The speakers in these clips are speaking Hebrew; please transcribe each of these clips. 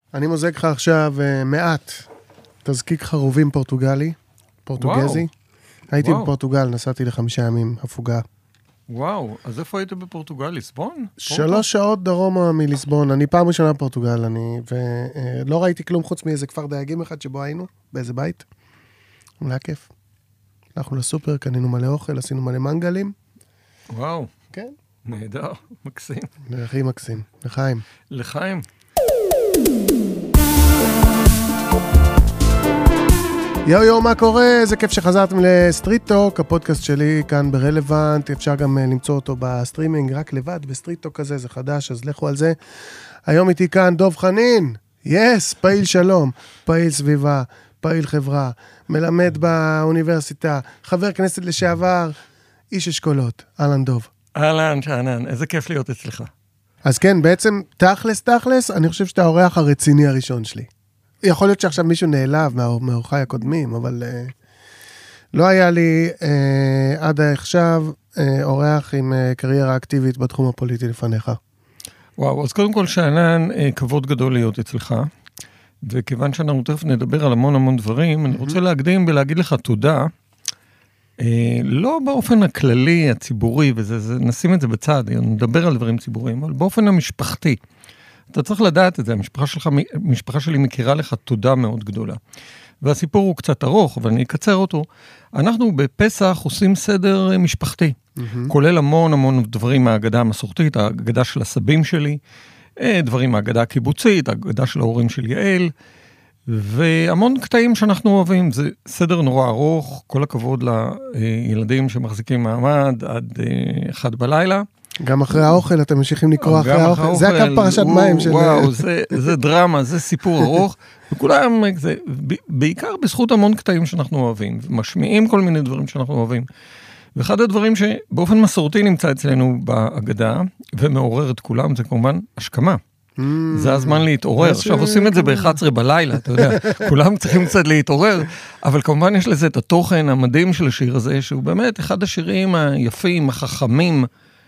אני מוזג לך עכשיו מעט תזקיק חרובים פורטוגזי. הייתי בפורטוגל, נסעתי ל5 ימים, הפוגה. וואו, אז איפה היית בפורטוגל? ליסבון? 3 שעות דרומה מליסבון. אני פעם ראשונה בפורטוגל, ולא ראיתי כלום חוץ מאיזה כפר דייגים אחד שבו היינו, באיזה בית. היה כיף. הלכנו לסופר, קנינו מלא אוכל, עשינו מלא מנגלים. וואו. כן. נהדר, מקסים. הכי מקסים. לחיים. לחיים. יו, מה קורה? איזה כיף שחזרתם לסטריט טוק, הפודקאסט שלי כאן ברלוונט, אפשר גם למצוא אותו בסטרימינג, רק לבד, בסטריט טוק כזה, זה חדש, אז לכו על זה. היום איתי כאן דוב חנין, פעיל שלום, פעיל סביבה, פעיל חברה, מלמד באוניברסיטה, חבר כנסת לשעבר, איש אשכולות, אהלן דוב. אהלן, שענן, איזה כיף להיות אצלך. אז כן, בעצם תכלס, אני חושב שאתה האורח הרציני הראשון שלי. יכול להיות שעכשיו מישהו נעלב מאורחיי הקודמים, אבל לא היה לי עד עכשיו אורח עם קריירה אקטיבית בתחום הפוליטי לפניך. וואו, אז קודם כל שענן, כבוד גדול להיות אצלך, וכיוון שאנחנו תכף נדבר על המון דברים, אני רוצה להקדים ולהגיד לך תודה, לא באופן הכללי, הציבורי, נשים את זה בצד, נדבר על דברים ציבוריים, אבל באופן המשפחתי. אתה צריך לדעת את זה, המשפחה שלי מכירה לך תודה מאוד גדולה. והסיפור הוא קצת ארוך, אבל אני אקצר אותו. אנחנו בפסח עושים סדר משפחתי, כולל המון דברים מהאגדה המסורתית, האגדה של הסבים שלי, דברים מהאגדה הקיבוצית, האגדה של ההורים של יעל, והמון קטעים שאנחנו אוהבים. זה סדר נורא ארוך, כל הכבוד לילדים שמחזיקים מעמד עד 1 בלילה. גם אחרי האוכל, אתם ממשיכים לקרוא אחרי האוכל. זה הקו פרשת מים של... וואו, זה דרמה, זה סיפור ארוך, וכולם, בעיקר בזכות המון קטעים שאנחנו אוהבים, ומשמיעים כל מיני דברים שאנחנו אוהבים. ואחד הדברים שבאופן מסורתי נמצא אצלנו בהגדה, ומעורר את כולם, זה כמובן השכמה. זה הזמן להתעורר. עכשיו עושים את זה ב-11 בלילה, אתה יודע, כולם צריכים קצת להתעורר, אבל כמובן יש לזה את התוכן המדהים של השיר הזה, שהוא באמת אחד השירים היפים, החכמים,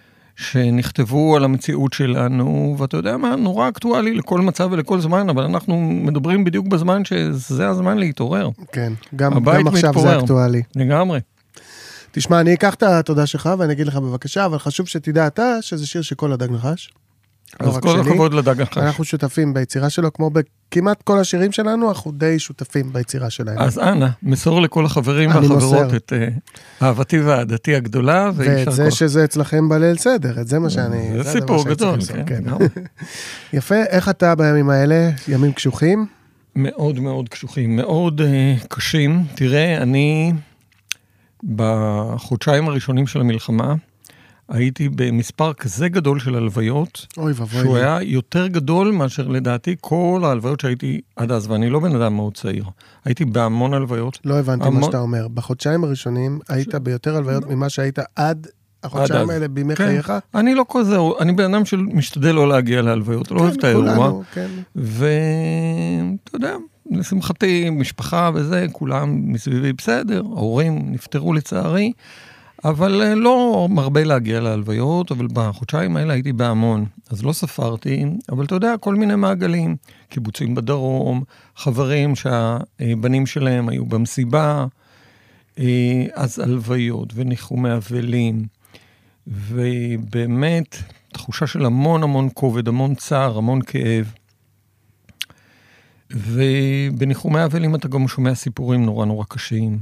שנכתבו על המציאות שלנו, ואתה יודע מה, נורא אקטואלי לכל מצב ולכל זמן, אבל אנחנו מדברים בדיוק בזמן שזה הזמן להתעורר. כן, גם עכשיו זה אקטואלי. לגמרי. תשמע, אני אקח את התודה שלך ואני אגיד לך בבקשה, אבל חשוב שתדע אתה שזה שיר שכל הדג נחש. אז כל הכבוד לדג נחש. אנחנו שותפים ביצירה שלו, כמו בכמעט כל השירים שלנו, אנחנו די שותפים ביצירה שלהם. אז אנא, מסור לכל החברים והחברות את אהבתי ואהדתי הגדולה. ואת זה שזה אצלכם בליל סדר, את זה מה שאני... זה סיפור גדול, כן. יפה, איך אתה בימים האלה? ימים קשוחים? מאוד קשוחים, מאוד קשים. תראה, אני בחודשיים הראשונים של המלחמה, הייתי במספר כזה גדול של הלוויות, שהוא היה יותר גדול מאשר לדעתי כל ההלוויות שהייתי עד אז, ואני לא בן אדם מאוד צעיר. הייתי בהמון הלוויות. לא הבנתי מה שאתה אומר. בחודשיים הראשונים היית ביותר הלוויות ממה שהיית עד החודשיים האלה בימי חייך? אני לא כזה, אני בן אדם שמשתדל לא להגיע להלוויות, לא אוהב את האירוע. ואתה יודע, לשמחתי, משפחה וזה, כולם מסביבי בסדר, ההורים נפטרו לצערי, אבל לא מרבה להגיע להלוויות, אבל בחודשיים האלה הייתי בהמון, אז לא ספרתי, אבל אתה יודע, כל מיני מעגלים, קיבוצים בדרום, חברים שהבנים שלהם היו במסיבה, אז הלוויות וניחומי אבלים, ובאמת תחושה של המון כובד, המון צער, המון כאב, ובניחומי אבלים אתה גם שומע סיפורים נורא קשים,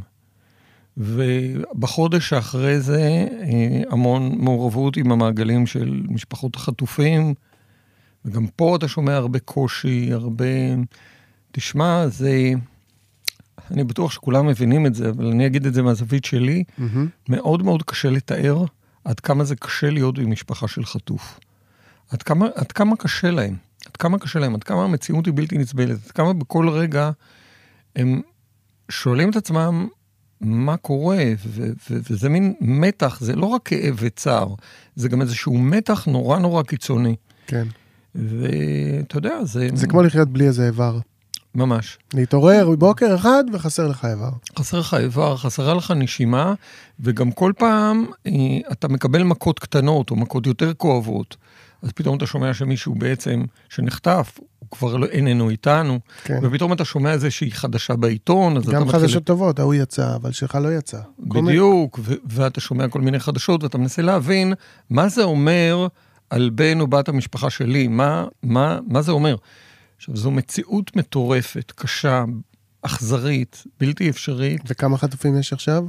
ובחודש שאחרי זה המון מעורבות עם המעגלים של משפחות החטופים, וגם פה אתה שומע הרבה קושי, הרבה... תשמע, זה... אני בטוח שכולם מבינים את זה, אבל אני אגיד את זה מהזווית שלי, מאוד קשה לתאר עד כמה זה קשה להיות עם משפחה של חטוף. עד כמה קשה להם, עד כמה המציאות היא בלתי נסבלת, עד כמה בכל רגע הם שואלים את עצמם, מה קורה, וזה מין מתח, זה לא רק כאב וצער, זה גם איזשהו מתח נורא קיצוני. כן. ואתה יודע, זה כמו לחיות בלי איזה איבר. ממש. להתעורר בבוקר אחד וחסר לך איבר. חסר לך איבר, חסרה לך נשימה, וגם כל פעם אתה מקבל מכות קטנות, או מכות יותר כואבות, אז פתאום אתה שומע שמישהו בעצם, שנחטף, הוא כבר איננו איתנו, כן. ופתאום אתה שומע איזושהי חדשה בעיתון, אז גם חדשות טובות, ההוא יצא, אבל שלך לא יצא. בדיוק, ואתה שומע כל מיני חדשות, ואתה מנסה להבין מה זה אומר על בן או בת המשפחה שלי, מה זה אומר. עכשיו, זו מציאות מטורפת, קשה, אכזרית, בלתי אפשרית. וכמה חטופים יש עכשיו?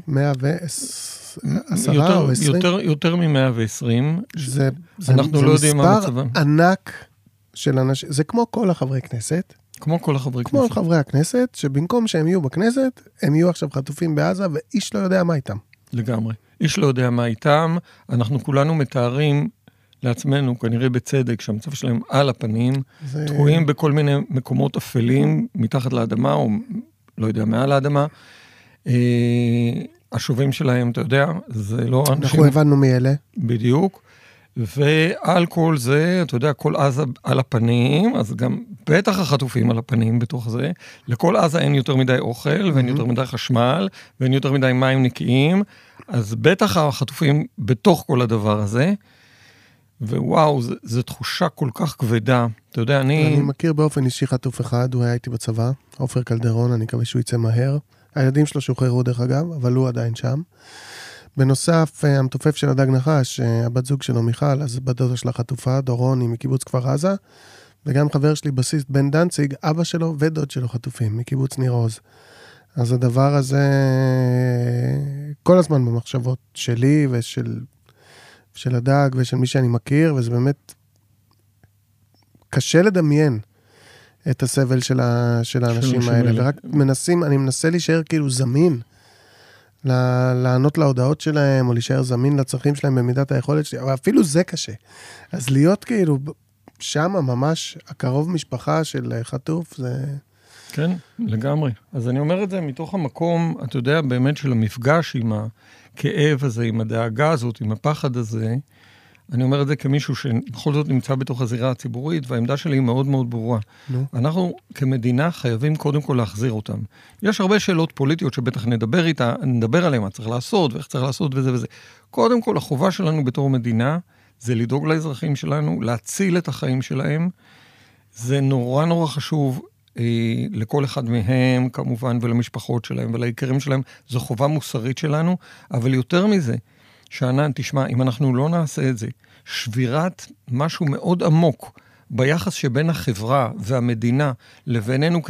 110 או 20? יותר מ-120. זה מספר ענק של אנשים, זה כמו כל החברי כנסת. כמו כל החברי כנסת. כמו חברי הכנסת, שבמקום שהם יהיו בכנסת, הם יהיו עכשיו חטופים בעזה, ואיש לא יודע מה איתם. לגמרי. איש לא יודע מה איתם. אנחנו כולנו מתארים לעצמנו, כנראה בצדק, שהמצב שלהם על הפנים, תקועים בכל מיני מקומות אפלים, מתחת לאדמה, או לא יודע, מעל האדמה. השובים שלהם, אתה יודע, זה לא אנשים... אנחנו הבנו מאלה. בדיוק. ועל כל זה, אתה יודע, כל עזה על הפנים, אז גם בטח החטופים על הפנים בתוך זה. לכל עזה אין יותר מדי אוכל, ואין יותר מדי חשמל, ואין יותר מדי מים נקיים, אז בטח החטופים בתוך כל הדבר הזה. ווואו, זו תחושה כל כך כבדה. אתה יודע, אני מכיר באופן אישי חטוף אחד, הוא היה איתי בצבא, עופר קלדרון, אני מקווה שהוא יצא מהר. הילדים שלו שוחררו דרך אגב, אבל הוא עדיין שם. בנוסף, המתופף של הדג נחש, הבת זוג שלו מיכל, אז בת דודה שלה חטופה, דורון, היא מקיבוץ כפר עזה, וגם חבר שלי בסיסט בן דנציג, אבא שלו ודוד שלו חטופים, מקיבוץ ניר עוז. אז הדבר הזה, כל הזמן במחשבות שלי ושל הדג ושל מי שאני מכיר, וזה באמת קשה לדמיין את הסבל של האנשים האלה, ורק אני מנסה להישאר כאילו זמין, לענות להודעות שלהם, או להישאר זמין לצרכים שלהם במידת היכולת שלי, אבל אפילו זה קשה. אז להיות כאילו שם ממש הקרוב משפחה של חטוף, זה... כן, לגמרי. אז אני אומר את זה מתוך המקום, אתה יודע, באמת של המפגש עם הכאב הזה, עם הדאגה הזאת, עם הפחד הזה, אני אומר את זה כמישהו שבכל זאת נמצא בתוך הזירה הציבורית, והעמדה שלי היא מאוד מאוד ברורה. אנחנו כמדינה חייבים קודם כל להחזיר אותם. יש הרבה שאלות פוליטיות שבטח נדבר עליהן, מה צריך לעשות ואיך צריך לעשות וזה וזה. קודם כל, החובה שלנו בתור מדינה, זה לדאוג לאזרחים שלנו, להציל את החיים שלהם. זה נורא נורא חשוב לכל אחד מהם, כמובן, ולמשפחות שלהם וליקרים שלהם. זו חובה מוסרית שלנו, אבל יותר מזה, שענן, תשמע, אם אנחנו לא נעשה את זה, שבירת משהו מאוד עמוק ביחס שבין החברה והמדינה לבינינו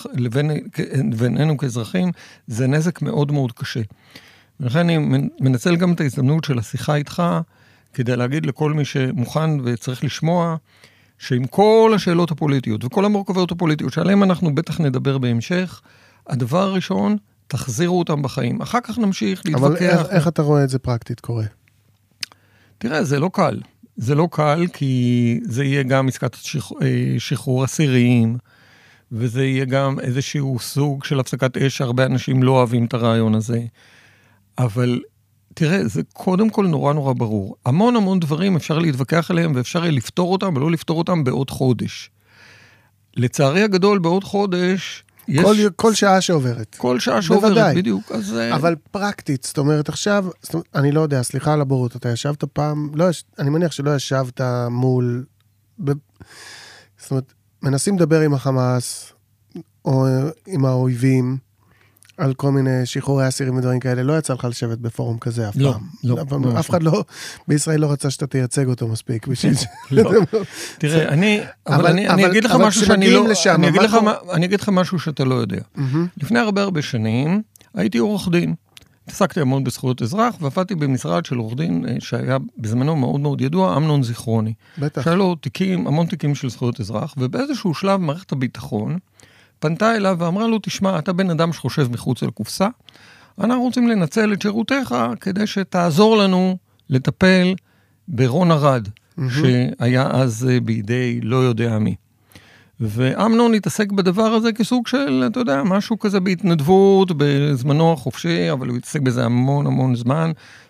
כאזרחים, זה נזק מאוד מאוד קשה. ולכן אני מנצל גם את ההזדמנות של השיחה איתך, כדי להגיד לכל מי שמוכן וצריך לשמוע, שעם כל השאלות הפוליטיות וכל המורכבויות הפוליטיות, שעליהן אנחנו בטח נדבר בהמשך, הדבר הראשון, תחזירו אותם בחיים. אחר כך נמשיך להתווכח. אבל איך אתה רואה את זה פרקטית קורה? תראה, זה לא קל. זה לא קל כי זה יהיה גם עסקת שחרור אסירים, וזה יהיה גם איזשהו סוג של הפסקת אש, הרבה אנשים לא אוהבים את הרעיון הזה. אבל תראה, זה קודם כל נורא נורא ברור. המון המון דברים אפשר להתווכח עליהם, ואפשר לפתור אותם, ולא לפתור אותם בעוד חודש. לצערי הגדול, בעוד חודש... כל שעה שעוברת. כל שעה שעוברת, בדיוק. אבל פרקטית, זאת אומרת, עכשיו, אני לא יודע, סליחה על הבורות, אתה ישבת פעם, אני מניח שלא ישבת מול, זאת אומרת, מנסים לדבר עם החמאס, או עם האויבים, על כל מיני שחרורי אסירים ודברים כאלה, לא יצא לך לשבת בפורום כזה אף פעם. לא. אף אחד לא, בישראל לא רצה שאתה תייצג אותו מספיק. לא. תראה, אני אגיד לך משהו שאני לא, אני אגיד לך משהו שאתה לא יודע. לפני הרבה שנים, הייתי עורך דין. התעסקתי המון בזכויות אזרח, ועבדתי במשרד של עורך דין, שהיה בזמנו מאוד מאוד ידוע, אמנון זיכרוני. בטח. שהיה לו המון תיקים של זכויות אזרח, ובאיזשהו שלב מערכת הביטחון, פנתה אליו ואמרה לו, תשמע, אתה בן אדם שחושב מחוץ לקופסה, אנחנו רוצים לנצל את שירותיך כדי שתעזור לנו לטפל ברון ארד, שהיה אז בידי לא יודע מי. ואמנון התעסק בדבר הזה כסוג של, אתה יודע, משהו כזה בהתנדבות, בזמנו החופשי, אבל הוא התעסק בזה המון המון זמן,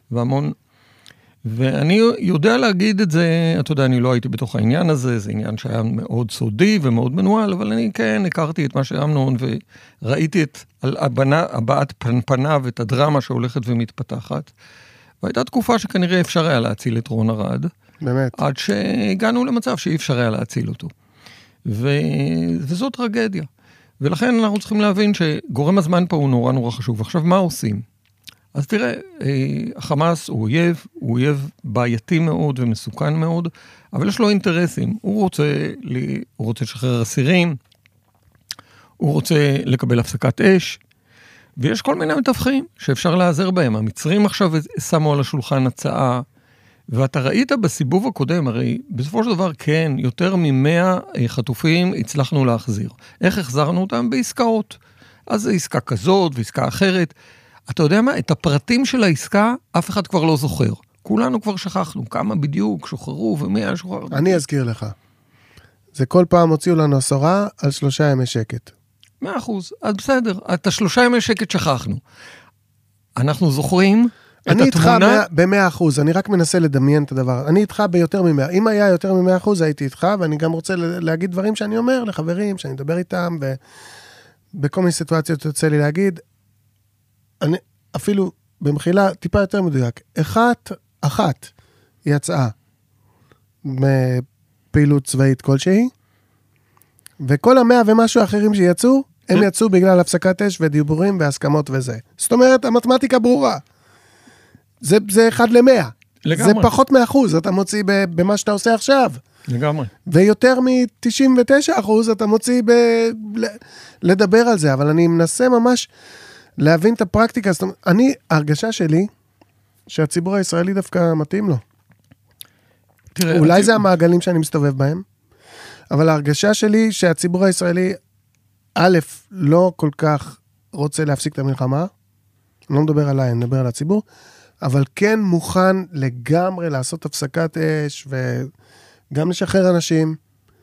ואני יודע להגיד את זה, אתה יודע, אני לא הייתי בתוך העניין הזה, זה עניין שהיה מאוד סודי ומאוד מנוהל, אבל אני כן הכרתי את מה שאמנון, וראיתי את הבעת פניו ואת הדרמה שהולכת ומתפתחת, והייתה תקופה שכנראה אפשר היה להציל את רון ארד, באמת. עד שהגענו למצב שאי אפשר היה להציל אותו. וזאת טרגדיה. ולכן אנחנו צריכים להבין שגורם הזמן פה הוא נורא נורא חשוב. עכשיו, מה עושים? אז תראה, החמאס הוא אויב בעייתי מאוד ומסוכן מאוד, אבל יש לו אינטרסים. הוא רוצה לשחרר אסירים, הוא רוצה לקבל הפסקת אש, ויש כל מיני מתווכים שאפשר לעזר בהם. המצרים עכשיו שמו על השולחן הצעה, ואתה ראית בסיבוב הקודם, הרי בסופו של דבר כן, יותר מ100 חטופים הצלחנו להחזיר. איך החזרנו אותם? בעסקאות. אז זה עסקה כזאת ועסקה אחרת. אתה יודע מה? את הפרטים של העסקה אף אחד כבר לא זוכר. כולנו כבר שכחנו כמה בדיוק שוחררו ומי היה שוחרר. אני אזכיר לך. זה כל פעם הוציאו לנו 10 על 3 ימי שקט. 100%. אז בסדר, את 3 ימי שקט שכחנו. אנחנו זוכרים את אני איתך התמונה... ב100%, אני רק מנסה לדמיין את הדבר. אני איתך ביותר מ100. אם היה יותר מ100%, הייתי איתך, ואני גם רוצה להגיד דברים שאני אומר לחברים, שאני מדבר איתם, ובכל מיני סיטואציות יוצא לי להגיד, אני אפילו במחילה טיפה יותר מדויק, אחת יצאה מפעילות צבאית כלשהי, וכל 100 ומשהו האחרים שיצאו, הם יצאו בגלל הפסקת אש ודיבורים והסכמות וזה. זאת אומרת, המתמטיקה ברורה. זה 1 ל-100. לגמרי. זה פחות מ1%, אתה מוציא במה שאתה עושה עכשיו. לגמרי. ויותר מ99% אתה מוציא לדבר על זה, אבל אני מנסה ממש להבין את הפרקטיקה. זאת אומרת, ההרגשה שלי, שהציבור הישראלי דווקא מתאים לו. תראה, אולי זה המעגלים שאני מסתובב בהם, אבל ההרגשה שלי שהציבור הישראלי, א', לא כל כך רוצה להפסיק את המלחמה, אני לא מדבר עליי, אני מדבר על הציבור, אבל כן מוכן לגמרי לעשות הפסקת אש, וגם לשחרר אנשים.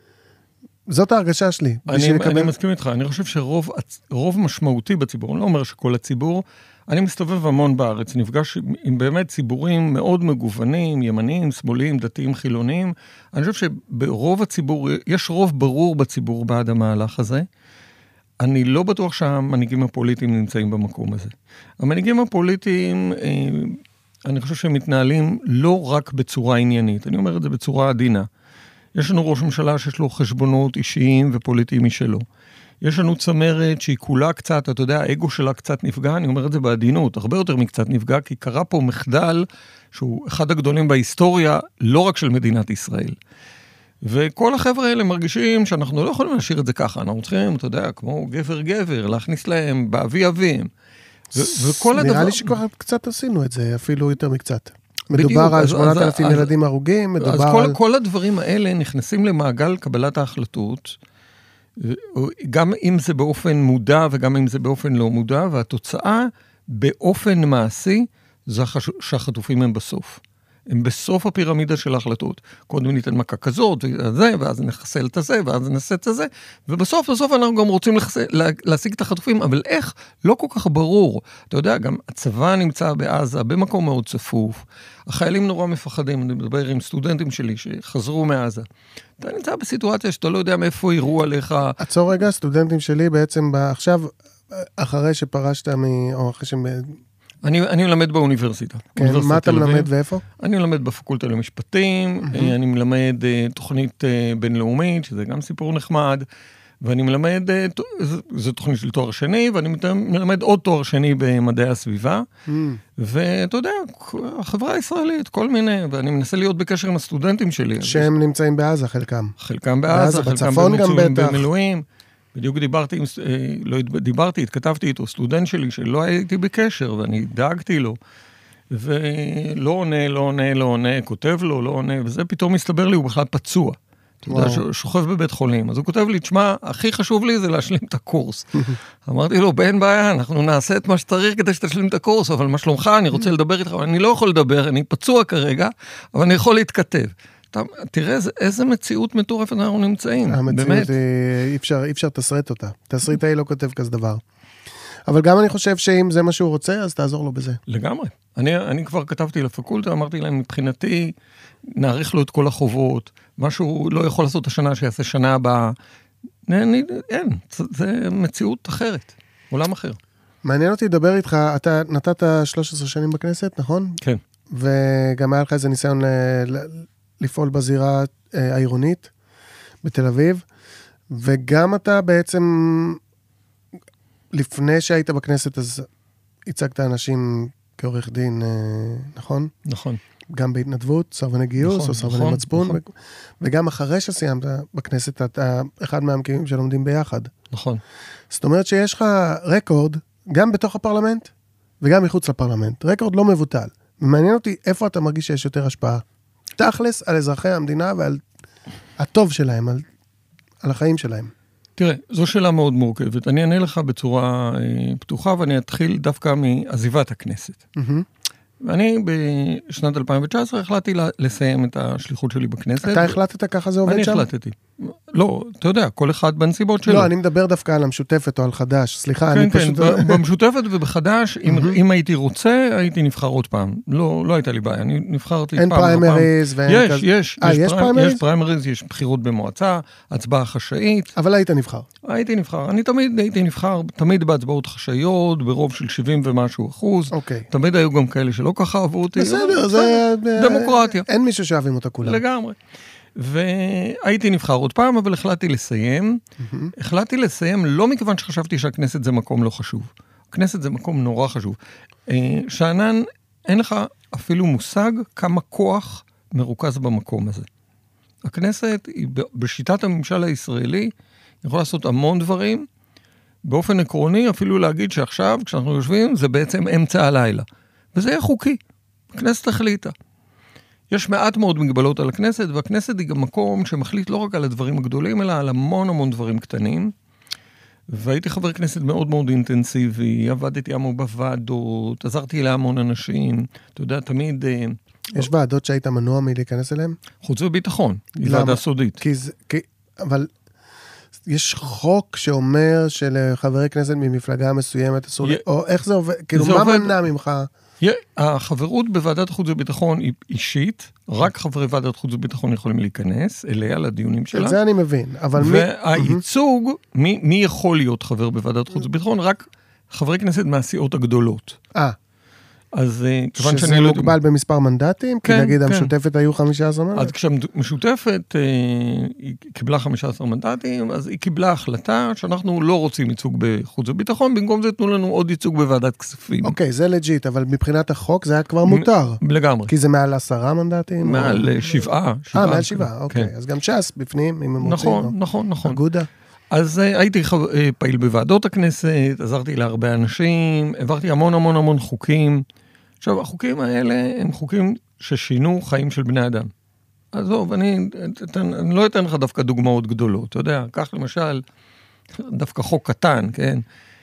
זאת ההרגשה שלי. אני מסכים איתך, אני חושב שרוב משמעותי בציבור, אני לא אומר שכל הציבור, אני מסתובב המון בארץ, נפגש עם באמת ציבורים מאוד מגוונים, ימניים, שמאליים, דתיים, חילוניים. אני חושב שברוב הציבור, יש רוב ברור בציבור בעד המהלך הזה. אני לא בטוח שהמנהיגים הפוליטיים נמצאים במקום הזה. המנהיגים הפוליטיים, אני חושב שהם מתנהלים לא רק בצורה עניינית, אני אומר את זה בצורה עדינה. יש לנו ראש ממשלה שיש לו חשבונות אישיים ופוליטיים משלו. יש לנו צמרת שהיא כולה קצת, אתה יודע, האגו שלה קצת נפגע, אני אומר את זה בעדינות, הרבה יותר מקצת נפגע, כי קרה פה מחדל שהוא אחד הגדולים בהיסטוריה, לא רק של מדינת ישראל. וכל החבר'ה האלה מרגישים שאנחנו לא יכולים להשאיר את זה ככה, אנחנו צריכים, אתה יודע, כמו גבר, להכניס להם באבי אביהם. נראה לי שכבר קצת עשינו את זה, אפילו יותר מקצת. מדובר על 8,000 ילדים הרוגים, מדובר על... אז כל הדברים האלה נכנסים למעגל קבלת ההחלטות, גם אם זה באופן מודע וגם אם זה באופן לא מודע, והתוצאה באופן מעשי זה שהחטופים הם בסוף. הם בסוף הפירמידה של ההחלטות. קודם ניתן מכה כזאת, ואז נחסל את זה, ואז נעשה את זה, ובסוף אנחנו גם רוצים להשיג את החטופים, אבל איך? לא כל כך ברור. אתה יודע, גם הצבא נמצא בעזה, במקום מאוד צפוף, החיילים נורא מפחדים, אני מדבר עם סטודנטים שלי שחזרו מעזה. אתה נמצא בסיטואציה שאתה לא יודע מאיפה יראו עליך. עצור רגע, סטודנטים שלי בעצם עכשיו, אחרי שפרשת או אחרי שהם... אני מלמד באוניברסיטה. כן, מה אתה מלמד ואיפה? אני מלמד בפקולטה למשפטים, אני מלמד תוכנית בינלאומית, שזה גם סיפור נחמד, ואני מלמד, זו תוכנית של תואר שני, ואני מלמד עוד תואר שני במדעי הסביבה, ואתה יודע, החברה הישראלית, כל מיני, ואני מנסה להיות בקשר עם הסטודנטים שלי. שהם נמצאים בעזה, חלקם. חלקם בעזה, חלקם במילואים. בדיוק התכתבתי איתו, סטודנט שלי שלא הייתי בקשר, ואני דאגתי לו, ולא עונה, כותב לו, לא עונה, וזה פתאום מסתבר לי, הוא בכלל פצוע. אתה יודע, שוכב בבית חולים. אז הוא כותב לי, תשמע, הכי חשוב לי זה להשלים את הקורס. אמרתי לו, אין בעיה, אנחנו נעשה את מה שצריך כדי שתשלים את הקורס, אבל מה שלומך, אני רוצה לדבר איתך, אני לא יכול לדבר, אני פצוע כרגע, אבל אני יכול להתכתב. תראה איזה מציאות מטורפת אנחנו נמצאים. המציאות אי אפשר תסריט אותה. תסריטאי לא כותב כזה דבר. אבל גם אני חושב שאם זה מה שהוא רוצה, אז תעזור לו בזה. לגמרי. אני כבר כתבתי לפקולטה, אמרתי להם, מבחינתי, נעריך לו את כל החובות, משהו לא יכול לעשות השנה, שיעשה שנה הבאה. אין, זה מציאות אחרת, עולם אחר. מעניין אותי לדבר איתך, אתה נתת 13 שנים בכנסת, נכון? כן. וגם היה לך איזה ניסיון לפעול בזירה העירונית בתל אביב. וגם אתה בעצם, לפני שהיית בכנסת, אז הצגת אנשים כעורך דין, נכון? נכון. גם בהתנדבות, סרבני גיוס, או סרבני מצפון, וגם אחרי שסיימת בכנסת, אתה אחד מהמקימים שלומדים ביחד. נכון. זאת אומרת שיש לך רקורד, גם בתוך הפרלמנט, וגם מחוץ לפרלמנט. רקורד לא מבוטל. ומעניין אותי איפה אתה מרגיש שיש יותר השפעה. תכלס על אזרחי המדינה ועל הטוב שלהם, על החיים שלהם. תראה, זו שאלה מאוד מורכבת. אני אענה לך בצורה פתוחה, ואני אתחיל דווקא מעזיבת הכנסת. ואני בשנת 2019 החלטתי לסיים את השליחות שלי בכנסת. אתה החלטת ככה זה עובד שם? אני החלטתי. לא, אתה יודע, כל אחד בנסיבות שלו. לא, אני מדבר דווקא על המשותפת או על חדש. סליחה, אני פשוט... כן, במשותפת ובחדש, אם הייתי רוצה, הייתי נבחר עוד פעם. לא הייתה לי בעיה, אני נבחרתי פעם. אין פריימריז ואין... יש פריימריז? יש פריימריז, יש בחירות במועצה, הצבעה חשאית. אבל היית נבחר. הייתי נבחר. אני תמיד הייתי נבחר, תמיד בהצבעות חשאיות, ברוב של 70 ומשהו אחוז. תמיד היו גם כאלה שלא ככה אהבו אותי. בסדר, זה... דמוקרטיה. אין מישהו שאוהבים אותה כולם. לגמרי. והייתי נבחר עוד פעם, אבל החלטתי לסיים. החלטתי לסיים לא מכיוון שחשבתי שהכנסת זה מקום לא חשוב. הכנסת זה מקום נורא חשוב. שאנן, אין לך אפילו מושג כמה כוח מרוכז במקום הזה. הכנסת היא בשיטת הממשל הישראלי, יכולה לעשות המון דברים, באופן עקרוני אפילו להגיד שעכשיו, כשאנחנו יושבים, זה בעצם אמצע הלילה. וזה יהיה חוקי. הכנסת החליטה. יש מעט מאוד מגבלות על הכנסת, והכנסת היא גם מקום שמחליט לא רק על הדברים הגדולים, אלא על המון המון דברים קטנים. והייתי חבר כנסת מאוד מאוד אינטנסיבי, עבדתי עמו בוועדות, עזרתי להמון אנשים, אתה יודע, תמיד... יש ועדות שהיית מנוע מלהיכנס אליהם? חוץ וביטחון, היא ועדה סודית. אבל יש חוק שאומר שלחברי כנסת ממפלגה מסוימת, או איך זה עובד? כאילו, מה מנע ממך? החברות בוועדת חוץ וביטחון היא אישית, רק חברי ועדת חוץ וביטחון יכולים להיכנס אליה לדיונים שלה. את זה אני מבין, אבל והייצוג, מי יכול להיות חבר בוועדת חוץ וביטחון? רק חברי כנסת מהסיעות הגדולות. אז כיוון שאני שזה מוגבל במספר מנדטים? כי נגיד המשותפת היו 15 מנדטים? אז כשהמשותפת היא קיבלה 15 מנדטים, אז היא קיבלה החלטה שאנחנו לא רוצים ייצוג בחוץ וביטחון, במקום זה תנו לנו עוד ייצוג בוועדת כספים. אוקיי, זה לג'יט, אבל מבחינת החוק זה היה כבר מותר. לגמרי. כי זה מעל 10 מנדטים? מעל 7. מעל 7, אוקיי. אז גם ש"ס בפנים, אם הם רוצים. נכון. אגודה. אז הייתי פעיל בוועדות הכנסת, עזרתי להרבה אנשים, העברתי המון חוקים. עכשיו, החוקים האלה הם חוקים ששינו חיים של בני אדם. עזוב, אני לא אתן לך דווקא דוגמאות גדולות, אתה יודע, כך למשל, דווקא חוק קטן, כן?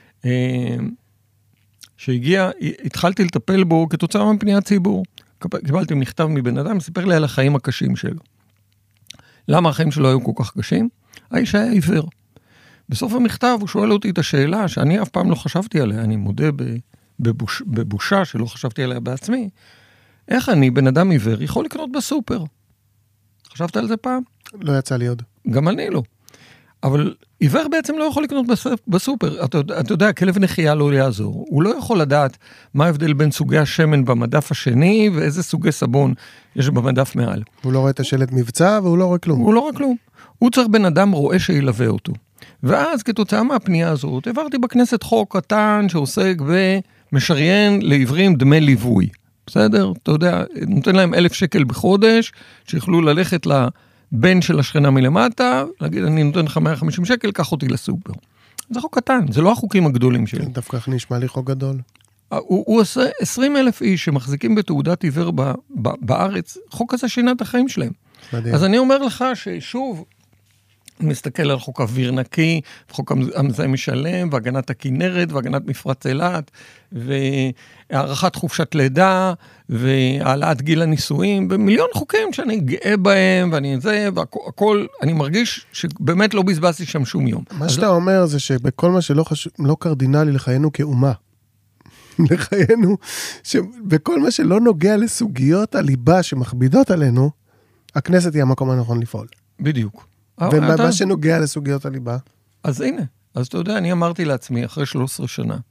שהגיע, התחלתי לטפל בו כתוצאה מפניית ציבור. קיבלתי מכתב מבן אדם, סיפר לי על החיים הקשים שלו. למה החיים שלו היו כל כך קשים? האיש היה עיוור. בסוף המכתב הוא שואל אותי את השאלה שאני אף פעם לא חשבתי עליה, אני מודה בבושה שלא חשבתי עליה בעצמי, איך אני, בן אדם עיוור, יכול לקנות בסופר? חשבת על זה פעם? לא יצא לי עוד. גם אני לא. אבל עיוור בעצם לא יכול לקנות בסופר. אתה יודע, כלב נחייה לא יעזור. הוא לא יכול לדעת מה ההבדל בין סוגי השמן במדף השני, ואיזה סוגי סבון יש במדף מעל. הוא לא רואה את השלט מבצע, והוא לא רואה כלום. הוא לא רואה כלום. הוא צריך בן אדם רואה שילווה אותו. ואז כתוצאה מהפנייה הזאת, העברתי בכנסת חוק קטן שעוסק משריין לעברים דמי ליווי. בסדר? אתה יודע, נותן להם 1,000 שקל בחודש, שיכלו ללכת לבן של השכנה מלמטה, להגיד, אני נותן לך 150 שקל, קח אותי לסופר. זה חוק קטן, זה לא החוקים הגדולים שלי. דווקא נשמע לי חוק גדול. הוא עושה 20,000 איש שמחזיקים בתעודת עיוור בארץ, חוק הזה שינה את החיים שלהם. מדהים. אז אני אומר לך ששוב, מסתכל על חוק אוויר נקי, חוק המזהם משלם, והגנת הכינרת, והגנת מפרץ אילת, והערכת חופשת לידה, והעלאת גיל הנישואים, ומיליון חוקים שאני גאה בהם, ואני זה, והכל, אני מרגיש שבאמת לא בזבזתי שם שום יום. מה שאתה אומר זה שבכל מה שלא לא קרדינלי לחיינו כאומה, לחיינו, שבכל מה שלא נוגע לסוגיות הליבה שמכבידות עלינו, הכנסת היא המקום הנכון לפעול. בדיוק. ומה שנוגע לסוגיות הליבה? אז הנה, אז אתה יודע, אני אמרתי לעצמי, אחרי 13 שנה,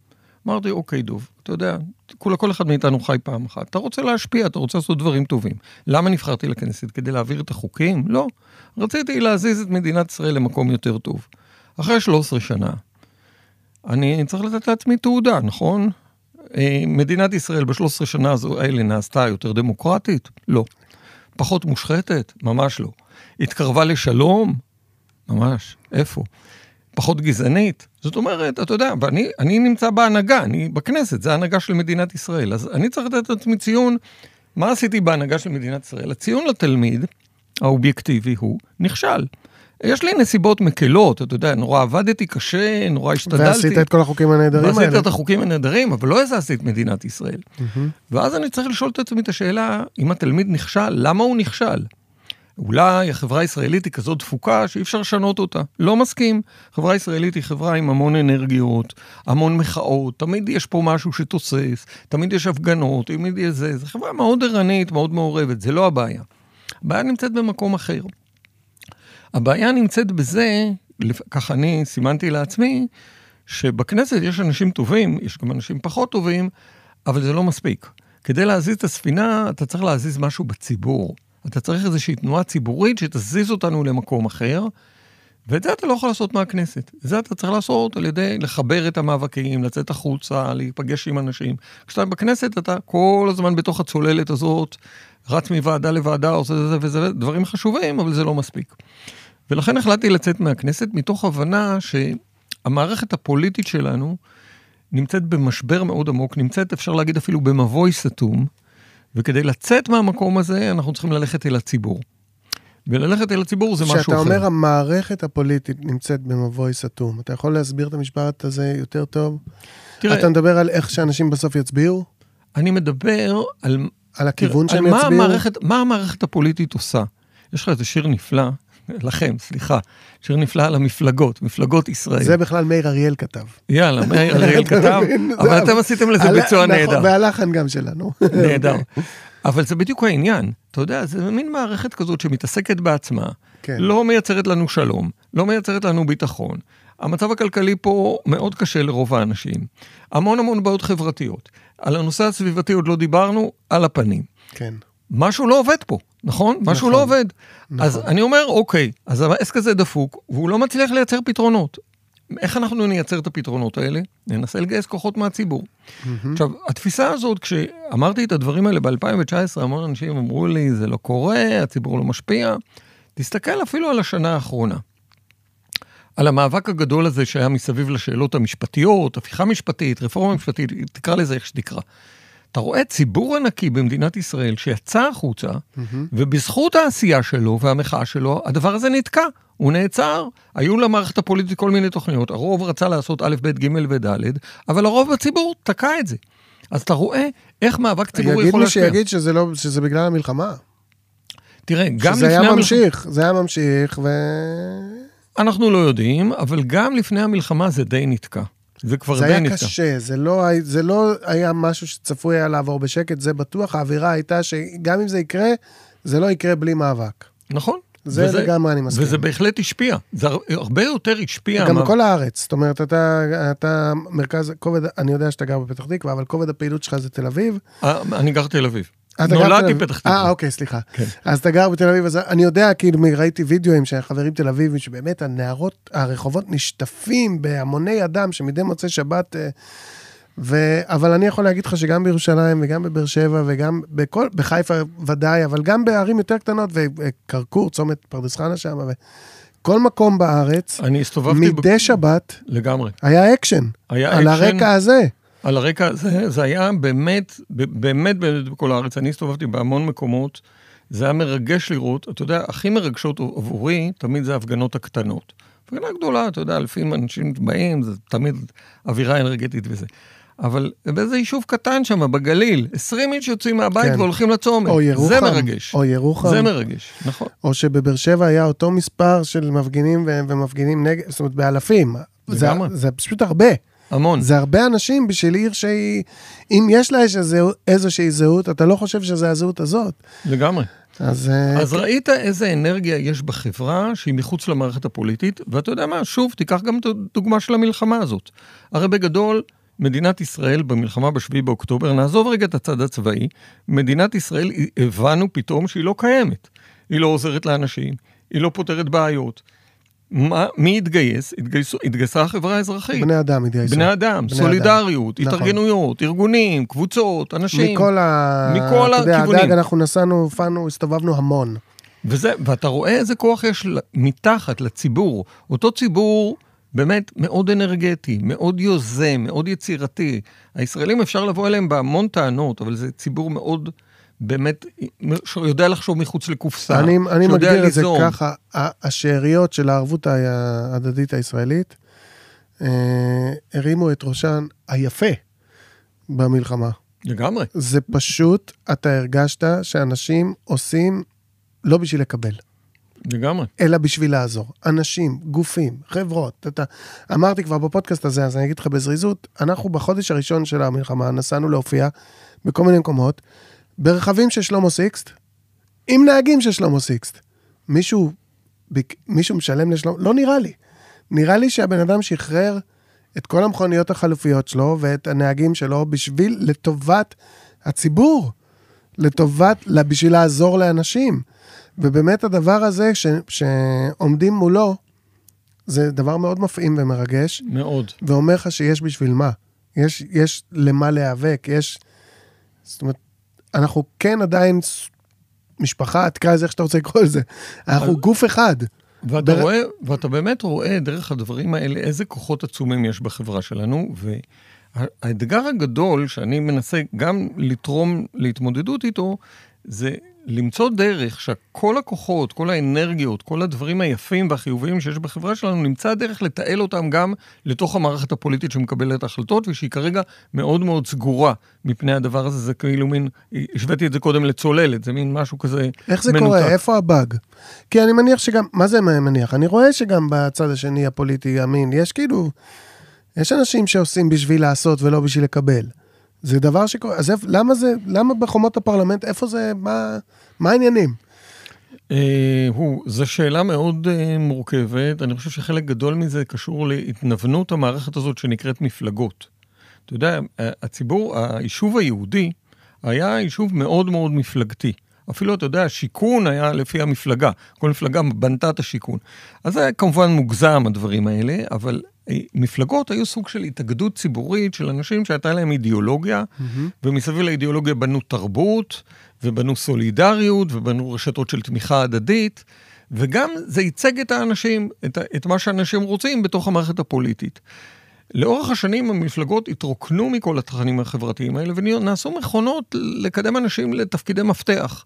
אמרתי, אוקיי, דוב, אתה יודע, כל אחד מאיתנו חי פעם אחת. אתה רוצה להשפיע, אתה רוצה לעשות דברים טובים. למה נבחרתי לכנסת? כדי להעביר את החוקים? לא. רציתי להזיז את מדינת ישראל למקום יותר טוב. אחרי 13 שנה, אני צריך לתת לעצמי תעודה, נכון? מדינת ישראל ב-13 שנה האלה נעשתה יותר דמוקרטית? לא. פחות מושחתת? ממש לא. התקרבה לשלום? ממש. איפה? פחות גזענית? זאת אומרת, אתה יודע, ואני נמצא בהנהגה, אני בכנסת, זה ההנהגה של מדינת ישראל. אז אני צריך לתת את עצמי ציון, מה עשיתי בהנהגה של מדינת ישראל? הציון לתלמיד, האובייקטיבי הוא, נכשל. יש לי נסיבות מקלות, אתה יודע, נורא עבדתי קשה, נורא השתדלתי. ועשית את כל החוקים הנהדרים האלה. ועשית את החוקים הנהדרים, אבל לא הזזתי את מדינת ישראל. ואז אני צריך לשאול את עצמי את השאלה, אם התלמיד נכשל, למה הוא נכשל? אולי החברה הישראלית היא כזאת דפוקה שאי אפשר לשנות אותה. לא מסכים. חברה הישראלית היא חברה עם המון אנרגיות, המון מחאות, תמיד יש פה משהו שתוסס, תמיד יש הפגנות, תמיד יש זה. זו חברה מאוד ערנית, מאוד מעורבת, זה לא הבעיה. הבעיה נמצאת במקום אחר. הבעיה נמצאת בזה, ככה אני סימנתי לעצמי, שבכנסת יש אנשים טובים, יש גם אנשים פחות טובים, אבל זה לא מספיק. כדי להזיז את הספינה, אתה צריך להזיז משהו בציבור. אתה צריך איזושהי תנועה ציבורית שתזיז אותנו למקום אחר, ואת זה אתה לא יכול לעשות מהכנסת. זה אתה צריך לעשות על ידי לחבר את המאבקים, לצאת החוצה, להיפגש עם אנשים. כשאתה בכנסת, אתה כל הזמן בתוך הצוללת הזאת, רץ מוועדה לוועדה, עושה זה וזה, דברים חשובים, אבל זה לא מספיק. ולכן החלטתי לצאת מהכנסת, מתוך הבנה שהמערכת הפוליטית שלנו נמצאת במשבר מאוד עמוק, נמצאת, אפשר להגיד אפילו במבוי סתום, וכדי לצאת מהמקום הזה, אנחנו צריכים ללכת אל הציבור. וללכת אל הציבור זה משהו אחר. כשאתה אומר, המערכת הפוליטית נמצאת במבוי סתום, אתה יכול להסביר את המשפט הזה יותר טוב? תראה, אתה מדבר על איך שאנשים בסוף יצביעו? אני מדבר על הכיוון שהם יצביעו? מה המערכת הפוליטית עושה? יש לך איזה שיר נפלא, לכם, סליחה, שיר נפלא על המפלגות, מפלגות ישראל. זה בכלל מאיר אריאל כתב. יאללה, מאיר אריאל כתב, אבל אתם עשיתם לזה ביצוע נהדר. והלחן גם שלנו. נהדר. אבל זה בדיוק העניין. אתה יודע, זה מין מערכת כזאת שמתעסקת בעצמה, לא מייצרת לנו שלום, לא מייצרת לנו ביטחון. המצב הכלכלי פה מאוד קשה לרוב האנשים. המון בעיות חברתיות. על הנושא הסביבתי עוד לא דיברנו, על הפנים. כן. משהו לא עובד פה, נכון? משהו לא עובד. אז אני אומר, אוקיי, אז העסק הזה דפוק, והוא לא מצליח לייצר פתרונות. איך אנחנו נייצר את הפתרונות האלה? ננסה לגייס כוחות מהציבור. עכשיו, התפיסה הזאת, כשאמרתי את הדברים האלה ב-2019, המון אנשים אמרו לי, זה לא קורה, הציבור לא משפיע. תסתכל אפילו על השנה האחרונה. על המאבק הגדול הזה שהיה מסביב לשאלות המשפטיות, הפיכה משפטית, רפורמה משפטית, תקרא לזה איך שתקרא. אתה רואה ציבור ענקי במדינת ישראל שיצא החוצה, ובזכות העשייה שלו והמחאה שלו, הדבר הזה נתקע. הוא נעצר, היו למערכת הפוליטית כל מיני תוכניות, הרוב רצה לעשות א', ב', ג' וד', אבל הרוב בציבור תקע את זה. אז אתה רואה איך מאבק ציבורי יכול להשפיע. יגיד מי שיגיד שזה בגלל המלחמה. תראה, גם לפני המלחמה... זה היה ממשיך אנחנו לא יודעים, אבל גם לפני המלחמה זה די נתקע. זה כבר די נתקע. זה היה קשה, זה לא היה משהו שצפוי היה לעבור בשקט, זה בטוח, האווירה הייתה שגם אם זה יקרה, זה לא יקרה בלי מאבק. נכון. זה לגמרי אני מסכים. וזה בהחלט השפיע. זה הרבה יותר השפיע. גם בכל הארץ. זאת אומרת, אתה מרכז, אני יודע שאתה גר בפתח תקווה, אבל כובד הפעילות שלך זה תל אביב. אני גר תל אביב. נולדתי פתח תקווה. אוקיי, סליחה. אז אתה גר בתל אביב, אז אני יודע, כאילו, ראיתי וידאוים של חברים תל אביב, שבאמת הרחובות נשטפים בהמוני אדם, שמדי מוצא שבת, אבל אני יכול להגיד לך שגם בירושלים, וגם בבאר שבע, וגם בחיפה ודאי, אבל גם בערים יותר קטנות, וקרקור, צומת פרדס חנה שם, וכל מקום בארץ, מדי שבת, לגמרי. היה אקשן. על הרקע הזה. על הרקע הזה, זה היה באמת בכל הארץ, אני הסתובבתי בהמון מקומות, זה היה מרגש לראות, אתה יודע, הכי מרגשות עבורי, תמיד זה ההפגנות הקטנות. הפגנה גדולה, אתה יודע, לפעמים אנשים באים, זה תמיד אווירה אנרגטית וזה. אבל באיזה יישוב קטן שם, בגליל, 20 איש יוצאים מהבית והולכים לצומת. או ירוחם. זה מרגש. או ירוחם. זה מרגש, נכון. או שבבאר שבע היה אותו מספר של מפגינים ומפגינים נגד, זאת אומרת, באלפים. זה פשוט הרבה. המון. זה הרבה אנשים בשביל עיר שהיא, אם יש לה איזושהי זהות, אתה לא חושב שזה הזהות הזאת. לגמרי. אז ראית איזה אנרגיה יש בחברה שהיא מחוץ למערכת הפוליטית, ואתה יודע מה, שוב, תיקח גם את הדוגמה של המלחמה הזאת. הרי בגדול, מדינת ישראל במלחמה ב7 באוקטובר, נעזוב רגע את הצד הצבאי, מדינת ישראל, הבנו פתאום שהיא לא קיימת. היא לא עוזרת לאנשים, היא לא פותרת בעיות. מי התגייס? התגייסה החברה האזרחית. בני אדם התגייסו. בני אדם, סולידריות, התארגנויות, ארגונים, קבוצות, אנשים. מכל הכיוונים. הדג אנחנו נסענו, הופענו, הסתובבנו המון. ואתה רואה איזה כוח יש מתחת לציבור. אותו ציבור באמת מאוד אנרגטי, מאוד יוזם, מאוד יצירתי. הישראלים אפשר לבוא אליהם בהמון טענות, אבל זה ציבור מאוד באמת, שיודע לחשוב מחוץ לקופסה. אני מגדיר את זה ככה, השאריות של הערבות ההדדית הישראלית, הרימו את ראשן היפה במלחמה. לגמרי. זה פשוט, אתה הרגשת שאנשים עושים לא בשביל לקבל. לגמרי. אלא בשביל לעזור. אנשים, גופים, חברות. אמרתי כבר בפודקאסט הזה, אז אני אגיד לך בזריזות, אנחנו בחודש הראשון של המלחמה נסענו להופיע בכל מיני מקומות, ברכבים של שלמה סיקסט, עם נהגים של שלמה סיקסט. מישהו משלם לשלמה, לא נראה לי. נראה לי שהבן אדם שחרר את כל המכוניות החלופיות שלו, ואת הנהגים שלו, לטובת הציבור, בשביל לעזור לאנשים. ובאמת הדבר הזה, שעומדים מולו, זה דבר מאוד מפעים ומרגש. מאוד. ואומר לך שיש בשביל מה. יש למה להיאבק, זאת אומרת, אנחנו כן עדיין משפחה, תקרא לזה איך שאתה רוצה לקרוא לזה. אנחנו גוף אחד. ואתה באמת רואה דרך הדברים האלה איזה כוחות עצומים יש בחברה שלנו, והאתגר הגדול שאני מנסה גם לתרום להתמודדות איתו, זה למצוא דרך שכל הכוחות, כל האנרגיות, כל הדברים היפים והחיוביים שיש בחברה שלנו, נמצא דרך לתעל אותם גם לתוך המערכת הפוליטית שמקבלת החלטות, ושהיא כרגע מאוד מאוד סגורה מפני הדבר הזה. זה כאילו מין, השוויתי את זה קודם לצוללת, זה מין משהו כזה איך זה מנותק. קורה? איפה הבאג? כי אני מניח שגם, מה זה מניח? אני רואה שגם בצד השני הפוליטי, אמין, יש אנשים שעושים בשביל לעשות ולא בשביל לקבל. זה דבר שקורה, אז למה בחומות הפרלמנט, איפה זה, מה העניינים? זו שאלה מאוד מורכבת, אני חושב שחלק גדול מזה קשור להתנוונות המערכת הזאת שנקראת מפלגות. אתה יודע, היישוב היהודי היה יישוב מאוד מאוד מפלגתי. אפילו, אתה יודע, השיקון היה לפי המפלגה, כל מפלגה בנתה את השיקון. אז זה כמובן מוגזם הדברים האלה, אבל מפלגות היו סוג של התאגדות ציבורית של אנשים שהייתה להם אידיאולוגיה, ומסביב לאידיאולוגיה בנו תרבות, ובנו סולידריות, ובנו רשתות של תמיכה הדדית, וגם זה ייצג את האנשים, את מה שאנשים רוצים בתוך המערכת הפוליטית. לאורך השנים המפלגות התרוקנו מכל התכנים החברתיים האלה, ונעשו מכונות לקדם אנשים לתפקידי מפתח.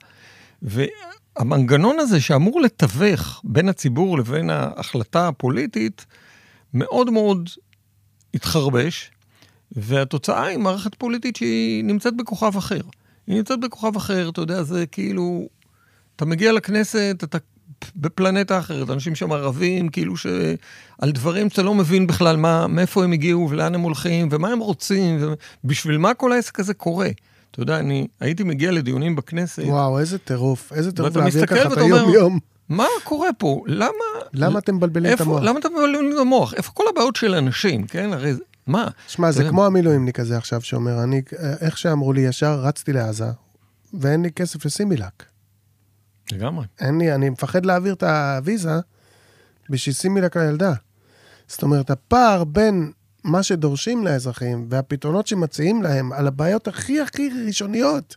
והמנגנון הזה שאמור לתווך בין הציבור לבין ההחלטה הפוליטית, מאוד מאוד התחרבש, והתוצאה היא מערכת פוליטית שהיא נמצאת בכוכב אחר. היא נמצאת בכוכב אחר, אתה יודע, זה כאילו, אתה מגיע לכנסת, אתה בפלנטה אחרת, אנשים שם ערבים, כאילו שעל דברים שאתה לא מבין בכלל מאיפה הם הגיעו ולאן הם הולכים, ומה הם רוצים, בשביל מה כל העסק הזה קורה. אתה יודע, אני הייתי מגיע לדיונים בכנסת. וואו, איזה טירוף להעביר ככה את היום-יום. מה קורה פה? למה אתם מבלבלים את המוח? למה אתם מבלבלים את המוח? איפה כל הבעיות של אנשים, כן? הרי מה? שמע, זה כמו המילואימניק הזה עכשיו שאומר, איך שאמרו לי ישר, רצתי לעזה, ואין לי כסף לסימילק. לגמרי. אני מפחד להעביר את הוויזה, בשביל סימילק לילדה. זאת אומרת, הפער בין מה שדורשים לאזרחים, והפתרונות שמציעים להם, על הבעיות הכי ראשוניות,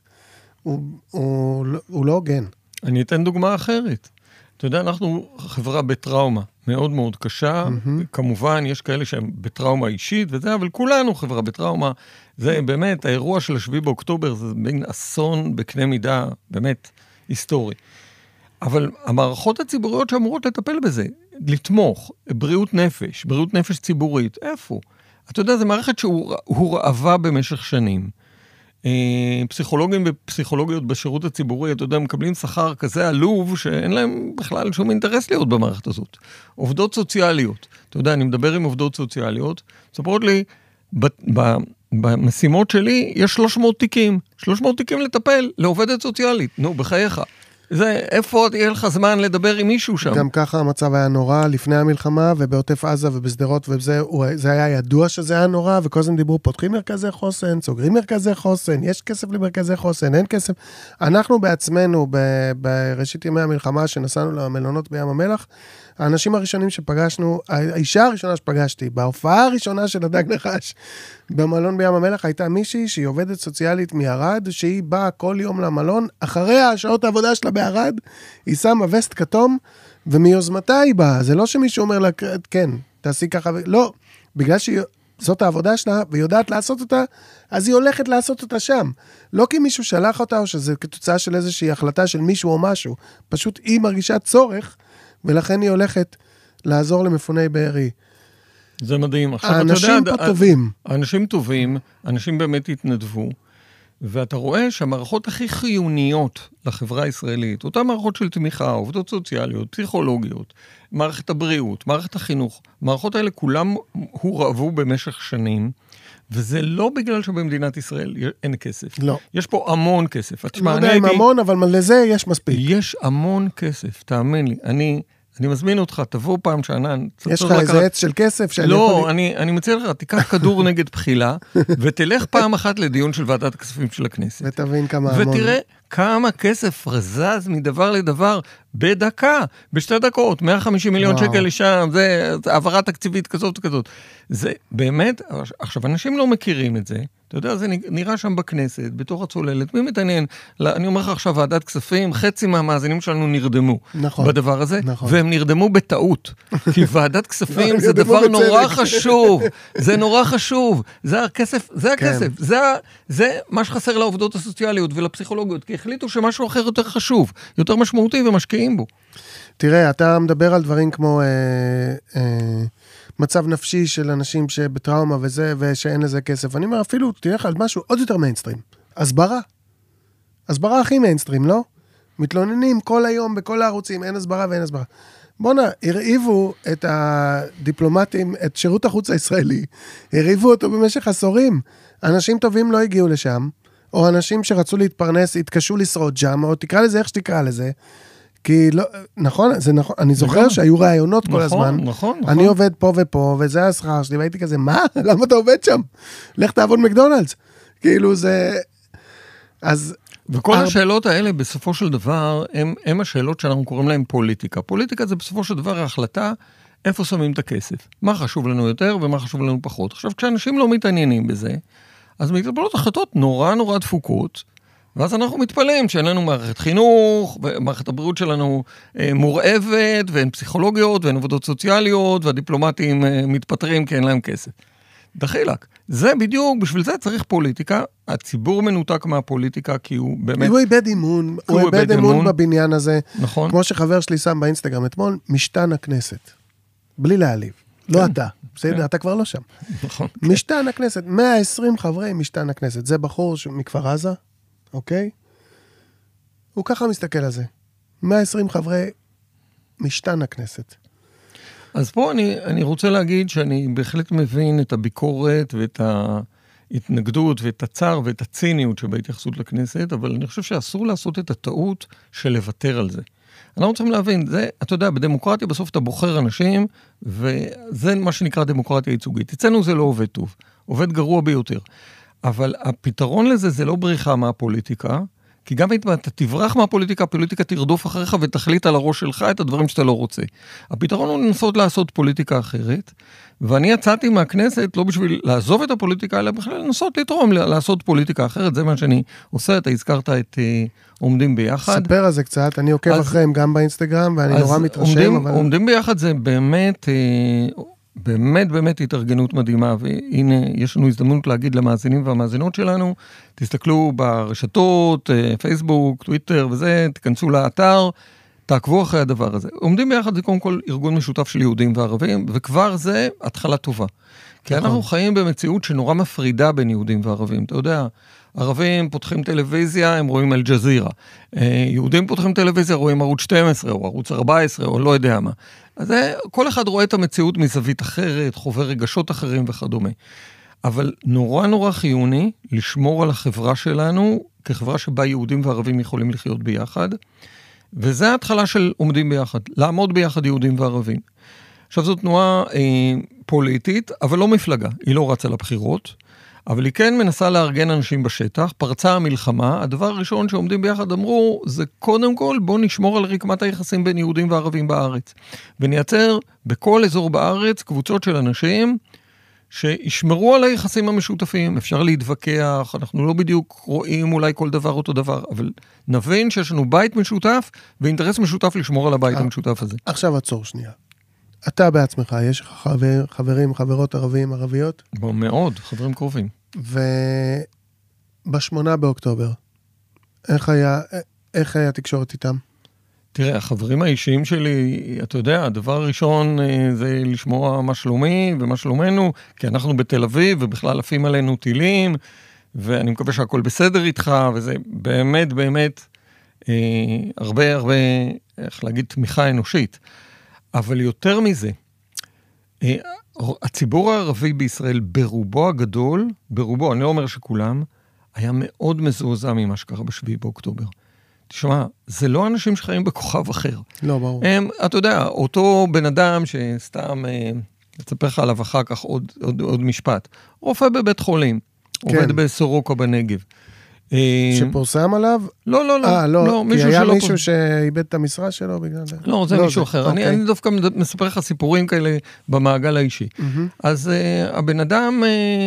הוא לא הוגן. אני אתן דוגמה אחרת. אתה יודע, אנחנו חברה בטראומה מאוד מאוד קשה, כמובן יש כאלה שהם בטראומה אישית וזה, אבל כולנו חברה בטראומה, זה באמת, האירוע של 7 באוקטובר, זה בין אסון בקנה מידה, באמת היסטורי. אבל המערכות הציבוריות שאמורות לטפל בזה, לתמוך, בריאות נפש ציבורית, איפה? אתה יודע, זו מערכת שהוא רעבה במשך שנים. פסיכולוגים ופסיכולוגיות בשירות הציבורי, אתה יודע, מקבלים שכר כזה עלוב, שאין להם בכלל שום אינטרס להיות במערכת הזאת. עובדות סוציאליות, אתה יודע, אני מדבר עם עובדות סוציאליות, ספרות לי, במשימות שלי יש 300 תיקים לטפל, לעובדת סוציאלית, נו, בחייך. איפה תהיה לך זמן לדבר עם מישהו שם? גם ככה המצב היה נורא לפני המלחמה, ובעוטף עזה ובשדרות, וזה היה ידוע שזה היה נורא, וכל הזמן דיברו, פותחים מרכזי חוסן, סוגרים מרכזי חוסן, יש כסף למרכזי חוסן, אין כסף. אנחנו בעצמנו, בראשית ימי המלחמה, שנסענו למלונות בים המלח, האנשים הראשונים שפגשנו, האישה הראשונה שפגשתי, בהופעה הראשונה של הדג נחש, במלון בים המלח, הייתה מישהי שהיא עובדת סוציאלית מערד, שהיא באה כל יום למלון, אחרי השעות העבודה שלה בערד, היא שמה וסט כתום, ומיוזמתה היא באה, זה לא שמישהו אומר לה, כן, תעשי ככה, לא, בגלל שזאת העבודה שלה, והיא יודעת לעשות אותה, אז היא הולכת לעשות אותה שם. לא כי מישהו שלח אותה, או שזה כתוצאה של איזושהי החלטה של מישהו או משהו, פשוט היא מרגישה צורך, ולכן היא הולכת לעזור למפוני בארי. זה מדהים. האנשים פה טובים. האנשים טובים, אנשים באמת התנדבו, ואתה רואה שהמערכות הכי חיוניות לחברה הישראלית, אותן מערכות של תמיכה, עובדות סוציאליות, פסיכולוגיות, מערכת הבריאות, מערכת החינוך, המערכות האלה כולם הורעבו במשך שנים, וזה לא בגלל שבמדינת ישראל אין כסף. לא. יש פה המון כסף. לא יודע אם המון, אבל לזה יש מספיק. יש המון כסף, תאמין לי. אני מזמין אותך, תבוא פעם שענן. יש לך איזה עץ של כסף? לא, אני מציע לך, תיקח כדור נגד בחילה, ותלך פעם אחת לדיון של ועדת הכספים של הכנסת. ותבין כמה המון. ותראה כמה כסף רזז מדבר לדבר, בדקה, בשתי דקות, 150 מיליון שקל לשם, זה העברה תקציבית כזאת וכזאת. זה באמת, עכשיו, אנשים לא מכירים את זה, אתה יודע, זה נראה שם בכנסת, בתוך הצוללת, מי מתעניין? אני אומר לך עכשיו, ועדת כספים, חצי מהמאזינים שלנו נרדמו בדבר הזה, והם נרדמו בטעות, כי ועדת כספים זה דבר נורא חשוב, זה נורא חשוב, זה הכסף, זה מה שחסר לעובדות הסוציאליות ולפסיכולוגיות, כי החליטו שמשהו אחר יותר חשוב, יותר משמעותי ומשקיעים בו. תראה, אתה מדבר על דברים כמו מצב נפשי של אנשים שבטראומה וזה, ושאין לזה כסף. אני אומר, אפילו תלך על משהו עוד יותר מיינסטרים. הסברה. הסברה הכי מיינסטרים, לא? מתלוננים כל היום בכל הערוצים, אין הסברה ואין הסברה. בוא'נה, הרעיבו את הדיפלומטים, את שירות החוץ הישראלי, הרעיבו אותו במשך עשורים. אנשים טובים לא הגיעו לשם, או אנשים שרצו להתפרנס, התקשו לשרוד שם, או תקרא לזה איך שתקרא לזה, כי לא, נכון, זה נכון, אני זוכר שהיו רעיונות כל הזמן, אני עובד פה ופה, וזה השכר שלי, והייתי כזה, מה? למה אתה עובד שם? לך תעבוד מקדונלדס. כאילו זה, אז... וכל השאלות האלה בסופו של דבר, הם השאלות שאנחנו קוראים להן פוליטיקה. פוליטיקה זה בסופו של דבר ההחלטה, איפה שמים את הכסף. מה חשוב לנו יותר ומה חשוב לנו פחות. עכשיו, כשאנשים לא מתעניינים בזה, אז מתקבלות החלטות נורא נורא דפוקות, ואז אנחנו מתפלאים שאין לנו מערכת חינוך, ומערכת הבריאות שלנו מורעבת, ואין פסיכולוגיות, ואין עבודות סוציאליות, והדיפלומטים מתפטרים כי אין להם כסף. דחילק. זה בדיוק, בשביל זה צריך פוליטיקה, הציבור מנותק מהפוליטיקה, כי הוא באמת... הוא איבד אמון, הוא איבד אמון בבניין הזה. נכון. כמו שחבר שלי שם באינסטגרם אתמול, משתן הכנסת. בלי להעליב. לא אתה. בסדר, אתה כבר לא שם. נכון. משתן הכנסת, 120 חברי משתן הכנסת. זה בחור מכפר עזה, אוקיי? הוא ככה מסתכל על זה. 120 חברי משתן הכנסת. אז פה אני רוצה להגיד שאני בהחלט מבין את הביקורת ואת ההתנגדות ואת הצער ואת הציניות שבהתייחסות לכנסת, אבל אני חושב שאסור לעשות את הטעות של לוותר על זה. אנחנו רוצים להבין, זה, אתה יודע, בדמוקרטיה בסוף אתה בוחר אנשים, וזה מה שנקרא דמוקרטיה ייצוגית. אצלנו זה לא עובד טוב, עובד גרוע ביותר. אבל הפתרון לזה זה לא בריחה מהפוליטיקה, כי גם אם אתה תברח מהפוליטיקה, הפוליטיקה תרדוף אחריך ותחליט על הראש שלך את הדברים שאתה לא רוצה. הפתרון הוא לנסות לעשות פוליטיקה אחרת, ואני יצאתי מהכנסת לא בשביל לעזוב את הפוליטיקה, אלא בכלל לנסות לתרום לעשות פוליטיקה אחרת, זה מה שאני עושה, אתה הזכרת את עומדים ביחד. ספר על זה קצת, אני עוקב אחריהם גם באינסטגרם, ואני נורא מתרשם. עומדים ביחד זה באמת התארגנות מדהימה, והנה יש לנו הזדמנות להגיד למאזינים והמאזינות שלנו, תסתכלו ברשתות, פייסבוק, טוויטר וזה, תכנסו לאתר, תעקבו אחרי הדבר הזה. עומדים ביחד זה קודם כל ארגון משותף של יהודים וערבים, וכבר זה התחלה טובה. כי אנחנו חיים במציאות שנורא מפרידה בין יהודים וערבים, אתה יודע, ערבים פותחים טלוויזיה, הם רואים אל-ג'זירה. יהודים פותחים טלוויזיה, רואים ערוץ 12, או ערוץ 14, או לא יודע מה. אז כל אחד רואה את המציאות מזווית אחרת, חווה רגשות אחרים וכדומה. אבל נורא נורא חיוני לשמור על החברה שלנו, כחברה שבה יהודים וערבים יכולים לחיות ביחד, וזה ההתחלה של עומדים ביחד, לעמוד ביחד יהודים וערבים. עכשיו זו תנועה פוליטית, אבל לא מפלגה, היא לא רצה לבחירות, אבל היא כן מנסה לארגן אנשים בשטח, פרצה המלחמה, הדבר הראשון שעומדים ביחד אמרו, זה קודם כל בוא נשמור על רקמת היחסים בין יהודים וערבים בארץ, ונייצר בכל אזור בארץ קבוצות של אנשים, שישמרו על היחסים המשותפים, אפשר להתווכח, אנחנו לא בדיוק רואים אולי כל דבר אותו דבר, אבל נבין שיש לנו בית משותף, ואינטרס משותף לשמור על הבית המשותף הזה. עכשיו עצור שנייה. אתה בעצמך, יש לך חברים, חברות ערבים, ערביות? מאוד, חברים קרובים. ב8 באוקטובר, איך היה תקשורת איתם? תראה, החברים האישיים שלי, אתה יודע, הדבר הראשון זה לשמוע מה שלומי ומה שלומנו, כי אנחנו בתל אביב ובכלל עפים עלינו טילים, ואני מקווה שהכל בסדר איתך, וזה באמת, באמת הרבה, איך להגיד, תמיכה אנושית. אבל יותר מזה, הציבור הערבי בישראל ברובו הגדול, ברובו, אני לא אומר שכולם, היה מאוד מזועזע ממה שקרה ב7 באוקטובר. תשמע, זה לא אנשים שחיים בכוכב אחר. לא, ברור. אתה יודע, אותו בן אדם שסתם, אצפר לך עליו אחר כך עוד משפט, רופא בבית חולים, כן. עובד בסורוקה בנגב. שפורסם עליו? לא, כי היה מישהו שאיבד את המשרה שלו בגלל זה? לא, זה מישהו אחר. אני דווקא מספר לך סיפורים כאלה במעגל האישי. אז הבן אדם,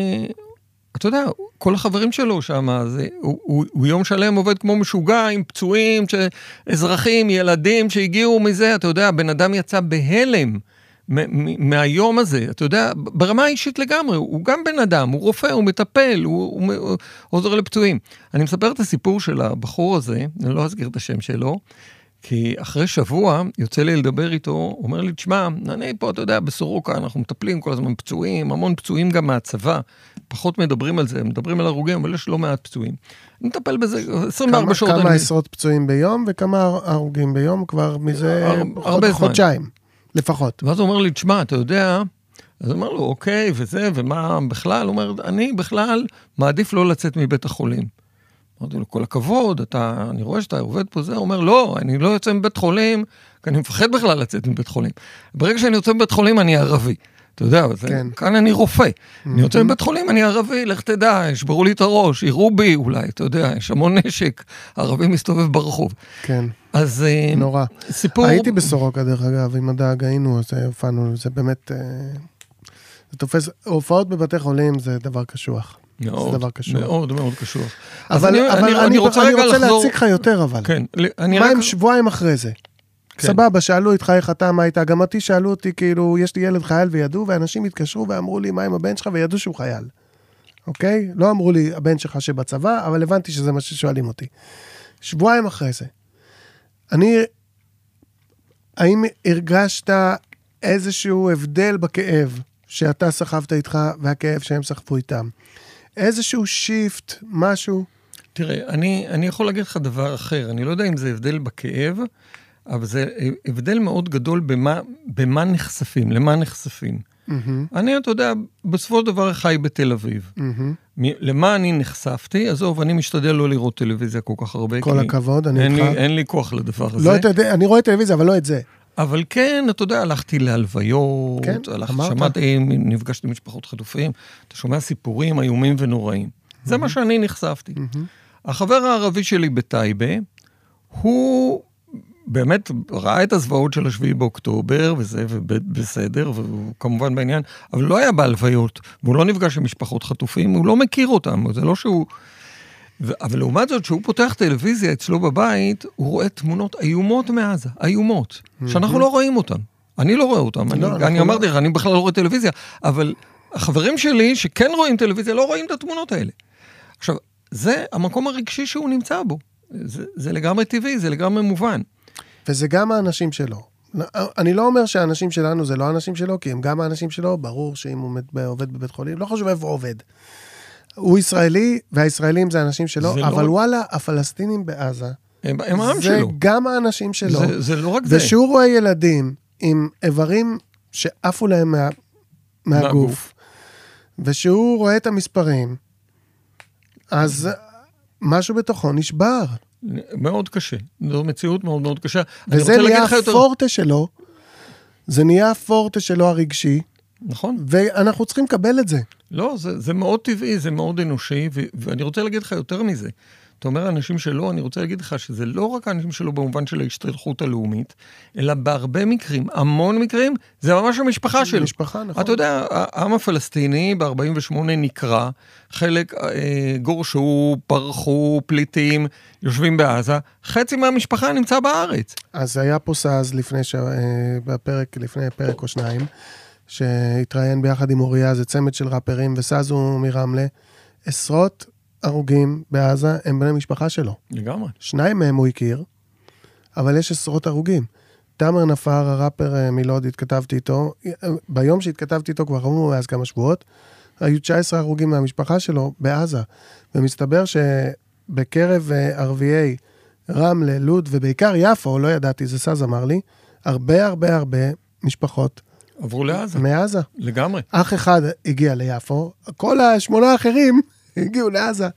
אתה יודע, כל החברים שלו שם, הוא יום שלם עובד כמו משוגע, עם פצועים, אזרחים, ילדים שהגיעו מזה, אתה יודע, הבן אדם יצא בהלם מהיום הזה, אתה יודע, ברמה האישית לגמרי, הוא גם בן אדם, הוא רופא, הוא מטפל, הוא עוזר לפצועים. אני מספר את הסיפור של הבחור הזה, אני לא אזכיר את השם שלו, כי אחרי שבוע יוצא לי לדבר איתו, הוא אומר לי, תשמע, אני פה, אתה יודע, בסורוקה, אנחנו מטפלים כל הזמן פצועים, המון פצועים גם מהצבא, פחות מדברים על זה, מדברים על הרוגים, אבל יש לא מעט פצועים. אני מטפל בזה 24 שעות. כמה עשרות פצועים ביום, וכמה הרוגים ביום, כבר מזה חודשיים, לפחות. ואז הוא אומר לי, תשמע, אתה יודע, אז הוא אומר לו, אוקיי, וזה, ומה בכלל? הוא אומר, אני בכלל מעדיף לא לצאת מבית החולים. אמרתי לו, כל הכבוד, אני רואה שאתה עובד פה זה, הוא אומר, לא, אני לא יוצא מבית חולים, כי אני מפחד בכלל לצאת מבית חולים. ברגע שאני יוצא מבית חולים, אני ערבי. אתה יודע, כאן אני רופא. אני יוצא מבית חולים, אני ערבי, לך תדע, ישברו לי את הראש, יראו בי אולי, אתה יודע, יש המון נשק, ערבי מסתובב ברחוב. כן, אז נורא. סיפור... הייתי בסורוקה, דרך אגב, עם הדאג, היינו, אז הופענו, זה באמת, זה תופס, הופעות בבתי חולים זה דבר קשוח. מאוד, זה דבר קשוח. מאוד, מאוד קשוח. אבל אני רוצה להציג לך יותר, אבל. כן. מה עם שבועיים אחרי זה? סבבה, שאלו איתך איך אתה, מה איתה, גם אותי שאלו אותי, כאילו, יש לי ילד חייל וידעו, ואנשים התקשרו ואמרו לי, מה עם הבן שלך, וידעו שהוא חייל. אוקיי? לא אמרו לי, הבן שלך שבצבא, אבל הבנתי שזה מה ששואלים אותי. שבועיים אחרי זה. האם הרגשת איזשהו הבדל בכאב שאתה סחבת איתך, והכאב שהם סחפו איתם? איזשהו שיפט, משהו? תראה, אני יכול להגיד לך דבר אחר, אני לא יודע אם זה הבדל בכאב, אבל זה הבדל מאוד גדול במה נחשפים, למה נחשפים. אני, אתה יודע, בסופו של דבר חי בתל אביב. למה אני נחשפתי? עזוב, אני משתדל לא לראות טלוויזיה כל כך הרבה. כל הכבוד, אני איתך. אין לי כוח לדבר הזה. אני רואה טלוויזיה, אבל לא את זה. אבל כן, אתה יודע, הלכתי להלוויות, שמעתי, נפגשתי עם משפחות חטופים, אתה שומע סיפורים איומים ונוראים. זה מה שאני נחשפתי. החבר הערבי שלי בטייבה, הוא באמת ראה את הזוועות של 7 באוקטובר, וזה בסדר, והוא כמובן בעניין, אבל לא היה בהלוויות, והוא לא נפגש עם משפחות חטופים, הוא לא מכיר אותם, זה לא שהוא... אבל לעומת זאת, שהוא פותח טלוויזיה אצלו בבית, הוא רואה תמונות איומות מעזה, איומות, שאנחנו לא רואים אותן. אני לא רואה אותן, אני אמרתי לך, אני בכלל לא רואה טלוויזיה, אבל החברים שלי שכן רואים טלוויזיה, לא רואים את התמונות האלה. עכשיו, זה המקום הרגשי שהוא נמצא בו. זה לגמרי טבעי, זה לגמרי מובן. וזה גם האנשים שלו. אני לא אומר שהאנשים שלנו זה לא האנשים שלו, כי הם גם האנשים שלו, ברור שאם הוא עובד בבית חולים, לא חשוב איפה הוא עובד. הוא ישראלי, והישראלים זה האנשים שלו, אבל לא... וואלה, הפלסטינים בעזה, הם העם זה שלו. גם האנשים שלו. זה לא רק זה. ושהוא רואה ילדים עם איברים שעפו להם מהגוף, ושהוא רואה את המספרים, אז משהו בתוכו נשבר. מאוד קשה. זו מציאות מאוד מאוד קשה. וזה נהיה הפורטה שלו, זה נהיה הפורטה שלו הרגשי, נכון. ואנחנו צריכים לקבל את זה. לא, זה מאוד טבעי, זה מאוד אנושי, ואני רוצה להגיד לך יותר מזה. אתה אומר אנשים שלא, אני רוצה להגיד לך שזה לא רק האנשים שלו במובן של ההשתייכות הלאומית, אלא בהרבה מקרים, המון מקרים, זה ממש המשפחה שלו. משפחה, נכון. אתה יודע, העם הפלסטיני ב-48 נקרא, חלק גורשו, פרחו, פליטים, יושבים בעזה, חצי מהמשפחה נמצא בארץ. אז היה פה סאז לפני פרק או שניים, שהתראיין ביחד עם אוריה, זה צמד של ראפרים, וסאז הוא מרמלה, עשרות הרוגים בעזה הם בני משפחה שלו. לגמרי. 2 מהם הוא הכיר, אבל יש עשרות הרוגים. תאמר נפאר, הראפר מלוד, התכתבתי איתו, ביום שהתכתבתי איתו כבר אמרו אז כמה שבועות, היו 19 הרוגים מהמשפחה שלו בעזה, ומסתבר שבקרב ערביי רמלה, לוד, ובעיקר יפו, לא ידעתי, זה סאז אמר לי, הרבה משפחות עברו לעזה. מעזה. לגמרי. אח אחד הגיע ליפו, כל 8 האחרים הגיעו לעזה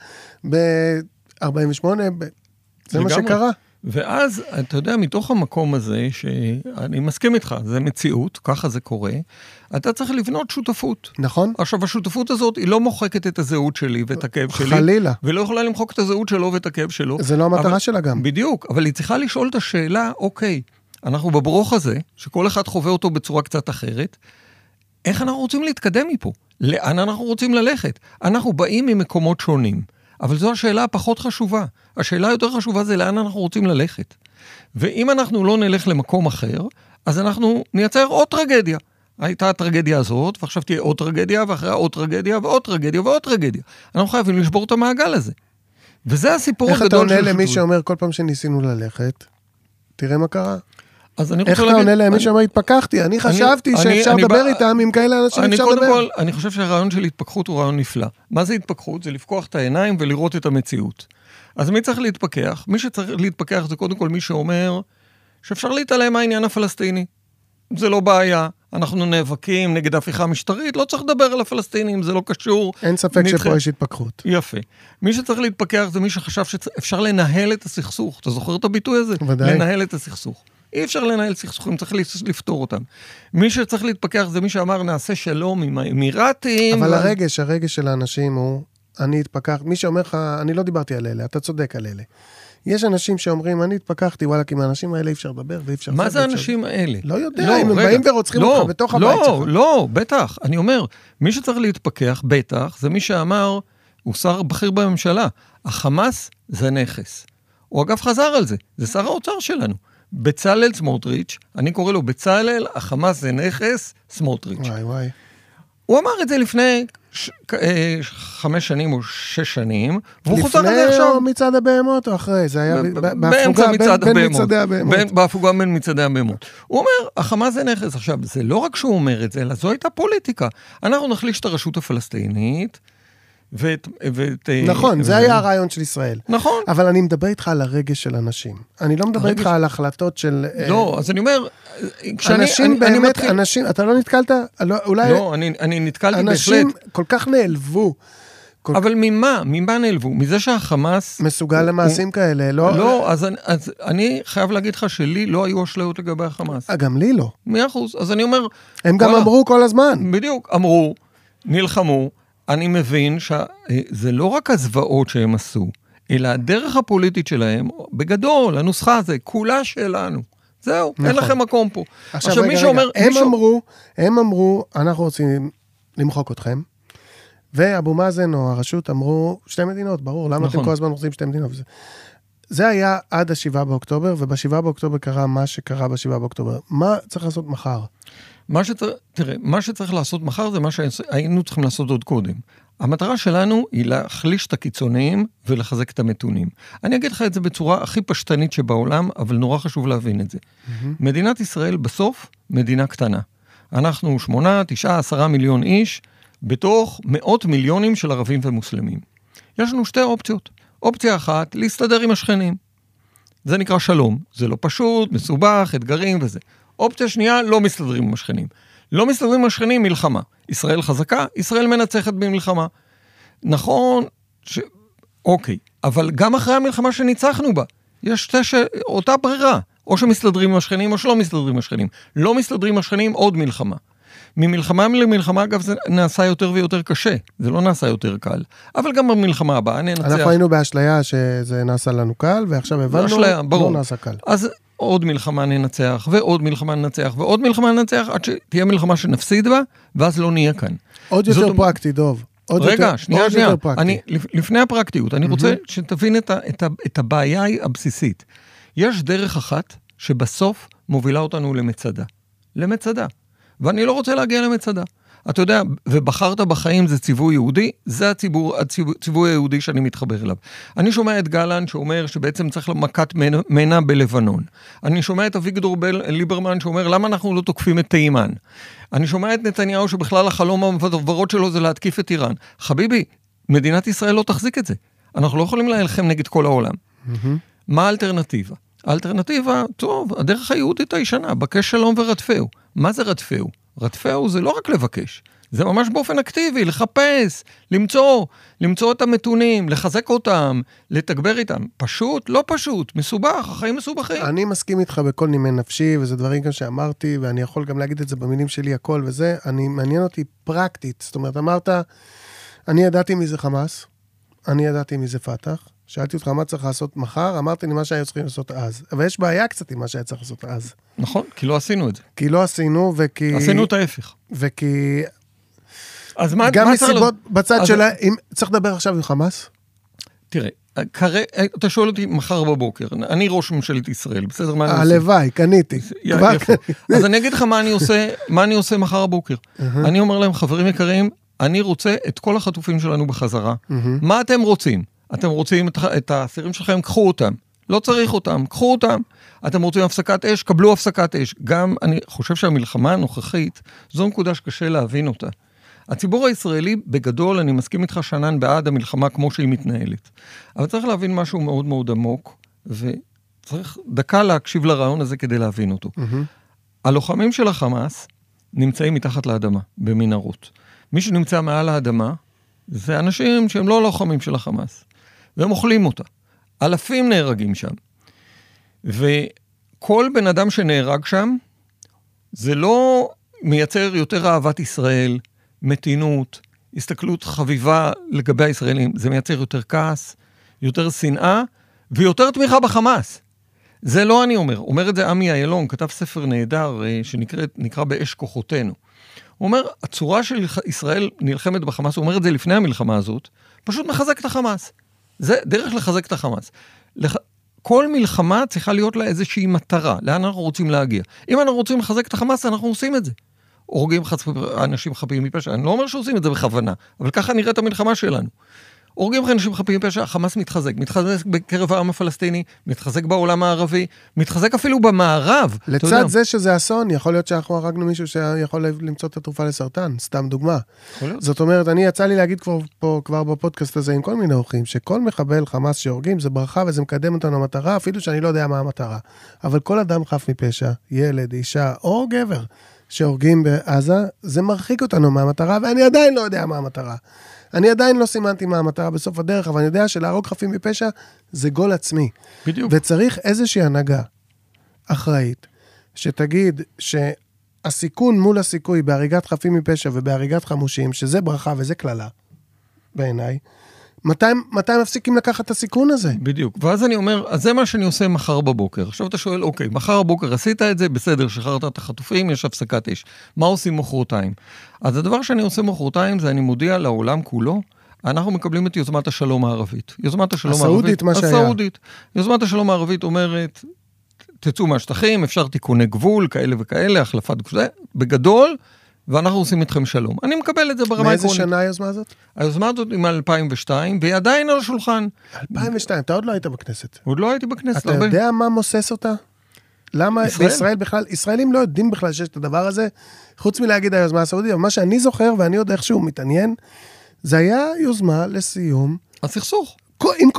ב-48, זה מה שקרה. ואז, אתה יודע, מתוך המקום הזה, שאני מסכים איתך, זה מציאות, ככה זה קורה, אתה צריך לבנות שותפות. נכון. עכשיו, השותפות הזאת, היא לא מוחקת את הזהות שלי ואת הכאב שלי. חלילה. ולא יכולה למחוק את הזהות שלו ואת הכאב שלו. זה לא המטרה שלה גם. בדיוק, אבל היא צריכה לשאול את השאלה, אוקיי, אנחנו בברוך הזה, שכל אחד חווה אותו בצורה קצת אחרת, איך אנחנו רוצים להתקדם מפה? לאן אנחנו רוצים ללכת? אנחנו באים ממקומות שונים, אבל זו השאלה הפחות חשובה. השאלה היותר חשובה זה לאן אנחנו רוצים ללכת. ואם אנחנו לא נלך למקום אחר, אז אנחנו נייצר עוד טרגדיה. הייתה הטרגדיה הזאת, ועכשיו תהיה עוד טרגדיה, ואחריה עוד טרגדיה, ועוד טרגדיה, ועוד טרגדיה. אנחנו חייבים לשבור את המעגל הזה. וזה הסיפור הגדול של איך אתה עונה למי שאומר כל פעם שניסינו ללכת? תראה מה קרה. איך אתה עונה להם? מי שאומר, התפקחתי, אני חשבתי שאפשר לדבר איתם עם כאלה אנשים אפשר לדבר. אני חושב שהרעיון של התפקחות הוא רעיון נפלא. מה זה התפקחות? זה לפקוח את העיניים ולראות את המציאות. אז מי צריך להתפקח? מי שצריך להתפקח זה קודם כל מי שאומר שאפשר להתעלם מהעניין הפלסטיני. זה לא בעיה. אנחנו נאבקים נגד ההפיכה המשטרית, לא צריך לדבר על הפלסטינים, זה לא קשור. אין ספק שפה יש התפקחות. יפה. מי שצריך להתפקח זה מי שחשב שאפשר לנהל את הסכסוך. אתה זוכר את הביטוי הזה? ודאי. לנהל את הסכסוך. אי אפשר לנהל סכסוכים, צריך לפתור אותם. מי שצריך להתפקח זה מי שאמר נעשה שלום עם האמירתים. אבל הרגש של האנשים הוא, אני התפקח, מי שאומר לך, אני לא דיברתי על אלה, אתה צודק על אלה. יש אנשים שאומרים, אני התפקחתי, וואלה, כי מהאנשים האלה אי אפשר לדבר ואי אפשר... מה זה האנשים האלה? לא יודע, אם הם באים ורוצחים אותך בתוך הבית שלך. לא, בטח. אני אומר, מי שצריך להתפקח, בטח, זה מי שאמר, הוא שר בכיר בממשלה, החמאס זה נכס. הוא אגב חזר על זה, זה שר האוצר שלנו. בצלאל סמוטריץ', אני קורא לו בצלאל, החמאס זה נכס, סמוטריץ'. וואי. הוא אמר את זה לפני 5 שנים או 6 שנים, והוא חוזר על זה עכשיו. לפני או מצד הבהמות או אחרי? זה היה באמצע מצד הבהמות. בהפוגה בין מצדי הבהמות. הוא אומר, החמאס זה נכס. עכשיו, זה לא רק שהוא אומר את זה, אלא זו הייתה פוליטיקה. אנחנו נחליש את הרשות הפלסטינית, נכון, זה היה הרעיון של ישראל. נכון. אבל אני מדבר איתך על הרגש של אנשים. אני לא מדבר איתך על החלטות של... לא, אז אני אומר... אנשים באמת, אנשים, אתה לא נתקלת? לא, אני נתקלתי בהחלט. אנשים כל כך נעלבו. אבל ממה? ממה נעלבו? מזה שהחמאס... מסוגל למעשים כאלה, לא? לא, אז אני חייב להגיד לך שלי לא היו אשליות לגבי החמאס. גם לי לא. 100%. אז אני אומר... הם גם אמרו כל הזמן. בדיוק, אמרו, נלחמו, אני מבין שזה לא רק הזוועות שהם עשו, אלא הדרך הפוליטית שלהם, בגדול, הנוסחה הזה, כולה שלנו. זהו, אין לכם מקום פה. עכשיו מי שאומר... הם אמרו, אנחנו רוצים למחוק אתכם, ואבו מאזן או הרשות אמרו, 2 מדינות, ברור, למה אתם כל הזמן רוצים 2 מדינות? זה היה עד 7 באוקטובר, וב-7 באוקטובר קרה מה שקרה ב-7 באוקטובר. מה צריך לעשות מחר? תראה, מה שצריך לעשות מחר זה מה שהיינו צריכים לעשות עוד קודם. המטרה שלנו היא להחליש את הקיצוניים ולחזק את המתונים. אני אגיד לך את זה בצורה הכי פשטנית שבעולם, אבל נורא חשוב להבין את זה. מדינת ישראל בסוף מדינה קטנה. אנחנו 8, 9, 10 מיליון איש, בתוך 100 מיליונים של ערבים ומוסלמים. יש לנו 2 אופציות. אופציה אחת, להסתדר עם השכנים. זה נקרא שלום. זה לא פשוט, מסובך, אתגרים וזה. אופציה שנייה, לא מסתדרים עם השכנים. לא מסתדרים עם השכנים, מלחמה. ישראל חזקה, ישראל מנצחת במלחמה. נכון, אוקיי, אבל גם אחרי המלחמה שניצחנו בה, יש אותה ברירה, או שמסתדרים עם השכנים, או שלא מסתדרים עם השכנים. לא מסתדרים עם השכנים, עוד מלחמה. ממלחמה למלחמה, אגב, זה נעשה יותר ויותר קשה. זה לא נעשה יותר קל. אבל גם במלחמה הבאה ננצח. אנחנו היינו באשליה שזה נעשה לנו קל, ועכשיו הבנו, לא נעשה קל. אז עוד מלחמה ננצח, ועוד מלחמה ננצח, ועוד מלחמה ננצח, עד שתהיה מלחמה שנפסיד בה, ואז לא נהיה כאן. עוד יותר פרקטי, דוב. רגע, שנייה. לפני הפרקטיות, אני רוצה שתבין את הבעיה הבסיסית. יש דרך אחת שבסוף מובילה אותנו למצדה. למצדה. ואני לא רוצה להגיע למצדה. אתה יודע, ובחרת בחיים זה ציווי יהודי, זה הציווי היהודי שאני מתחבר אליו. אני שומע את גלנט שאומר שבעצם צריך למכת מנע בלבנון. אני שומע את אביגדור ליברמן שאומר למה אנחנו לא תוקפים את תימן. אני שומע את נתניהו שבכלל החלום המוורוד שלו זה להתקיף את איראן. חביבי, מדינת ישראל לא תחזיק את זה. אנחנו לא יכולים להילחם נגד כל העולם. מה האלטרנטיבה? האלטרנטיבה, טוב, הדרך היהודית הישנה, בקש שלום ורדפהו. מה זה רדפהו? רדפהו זה לא רק לבקש, זה ממש באופן אקטיבי, לחפש, למצוא את המתונים, לחזק אותם, לתגבר איתם. פשוט, לא פשוט, מסובך, החיים מסובכים. אני מסכים איתך בכל נימי נפשי, וזה דברים גם שאמרתי, ואני יכול גם להגיד את זה במילים שלי הכל, וזה, מעניין אותי פרקטית. זאת אומרת, אמרת, אני ידעתי מי זה חמאס, אני ידעתי מי זה פתח, שאלתי אותך מה צריך לעשות מחר, אמרתי לי מה שהיו צריכים לעשות אז. אבל יש בעיה קצת עם מה שהיה צריך לעשות אז. נכון, כי לא עשינו את זה. כי לא עשינו, וכי... עשינו את ההפך. וכי... אז מה... גם מסיבות בצד שלה, אם צריך לדבר עכשיו עם חמאס? תראה, אתה שואל אותי מחר בבוקר, אני ראש ממשלת ישראל, בסדר? מה אני עושה? הלוואי, קניתי. אז אני אגיד לך מה אני עושה מחר בבוקר. אני אומר להם, חברים יקרים, אני רוצה את כל החטופים שלנו בחזרה. מה אתם רוצים? אתם רוצים את האסירים שלכם, קחו אותם. לא צריך אותם, קחו אותם. אתם רוצים הפסקת אש, קבלו הפסקת אש. גם אני חושב שהמלחמה הנוכחית, זו נקודה שקשה להבין אותה. הציבור הישראלי, בגדול, אני מסכים איתך שנן בעד המלחמה כמו שהיא מתנהלת. אבל צריך להבין משהו מאוד מאוד עמוק, וצריך דקה להקשיב לרעיון הזה כדי להבין אותו. הלוחמים של החמאס נמצאים מתחת לאדמה, במנהרות. מי שנמצא מעל האדמה, זה אנשים שהם לא לוחמים של החמאס. והם אוכלים אותה. אלפים נהרגים שם. וכל בן אדם שנהרג שם, זה לא מייצר יותר אהבת ישראל, מתינות, הסתכלות חביבה לגבי הישראלים. זה מייצר יותר כעס, יותר שנאה, ויותר תמיכה בחמאס. זה לא אני אומר את זה עמי איילון, כתב ספר נהדר, שנקרא באש כוחותינו. הוא אומר, הצורה של ישראל נלחמת בחמאס, הוא אומר את זה לפני המלחמה הזאת, פשוט מחזק את החמאס. זה דרך לחזק את החמאס. כל מלחמה צריכה להיות לה איזושהי מטרה, לאן אנחנו רוצים להגיע. אם אנחנו רוצים לחזק את החמאס, אנחנו עושים את זה. הורגים אנשים חפים מפשע. אני לא אומר שעושים את זה בכוונה, אבל ככה נראית המלחמה שלנו. הורגים אנשים חפים מפשע, החמאס מתחזק בקרב העם הפלסטיני, מתחזק בעולם הערבי, מתחזק אפילו במערב. לצד זה שזה אסון, יכול להיות שאנחנו הרגנו מישהו שיכול למצוא את התרופה לסרטן, סתם דוגמה. זאת אומרת, אני יצא לי להגיד כבר בפודקאסט הזה עם כל מיני אורחים, שכל מחבל חמאס שהורגים זה ברכה וזה מקדם אותנו למטרה, אפילו שאני לא יודע מה המטרה. אבל כל אדם חף מפשע, ילד, אישה או גבר שהורגים בעזה, זה מרחיק אותנו מהמטרה, ואני עדיין לא יודע מה המטרה. אני עדיין לא סימנתי מה המטרה בסוף הדרך, אבל אני יודע שלהרוג חפים מפשע זה גול עצמי. בדיוק. וצריך איזושהי הנהגה אחראית, שתגיד שהסיכון מול הסיכוי בהריגת חפים מפשע ובהריגת חמושים, שזה ברכה וזה כללה, בעיניי, מתי מפסיקים לקחת את הסיכון הזה? בדיוק. ואז אני אומר, אז זה מה שאני עושה מחר בבוקר. עכשיו אתה שואל, אוקיי, מחר בבוקר עשית את זה, בסדר, שחררת את החטופים, יש הפסקת אש. מה עושים מחרתיים? אז הדבר שאני עושה מחרתיים זה אני מודיע לעולם כולו, אנחנו מקבלים את יוזמת השלום הערבית. יוזמת השלום הסעודית, מה שהיה. הסעודית. יוזמת השלום הערבית אומרת, תצאו מהשטחים, אפשר תיקוני גבול, כאלה וכאלה, החלפת גבול, בגדול, ואנחנו עושים איתכם שלום. אני מקבל את זה ברמה עקרונית. מאיזה שנה היוזמה הזאת? היוזמה הזאת היא מ-2002, והיא עדיין על השולחן. 2002, אתה עוד לא היית בכנסת. עוד לא הייתי בכנסת. אתה יודע מה מוסס אותה? למה בישראל בכלל, ישראלים לא יודעים בכלל שיש את הדבר הזה, חוץ מלהגיד היוזמה הסעודית, אבל מה שאני זוכר, ואני עוד איכשהו מתעניין, זה היה יוזמה לסיום. הסכסוך. עם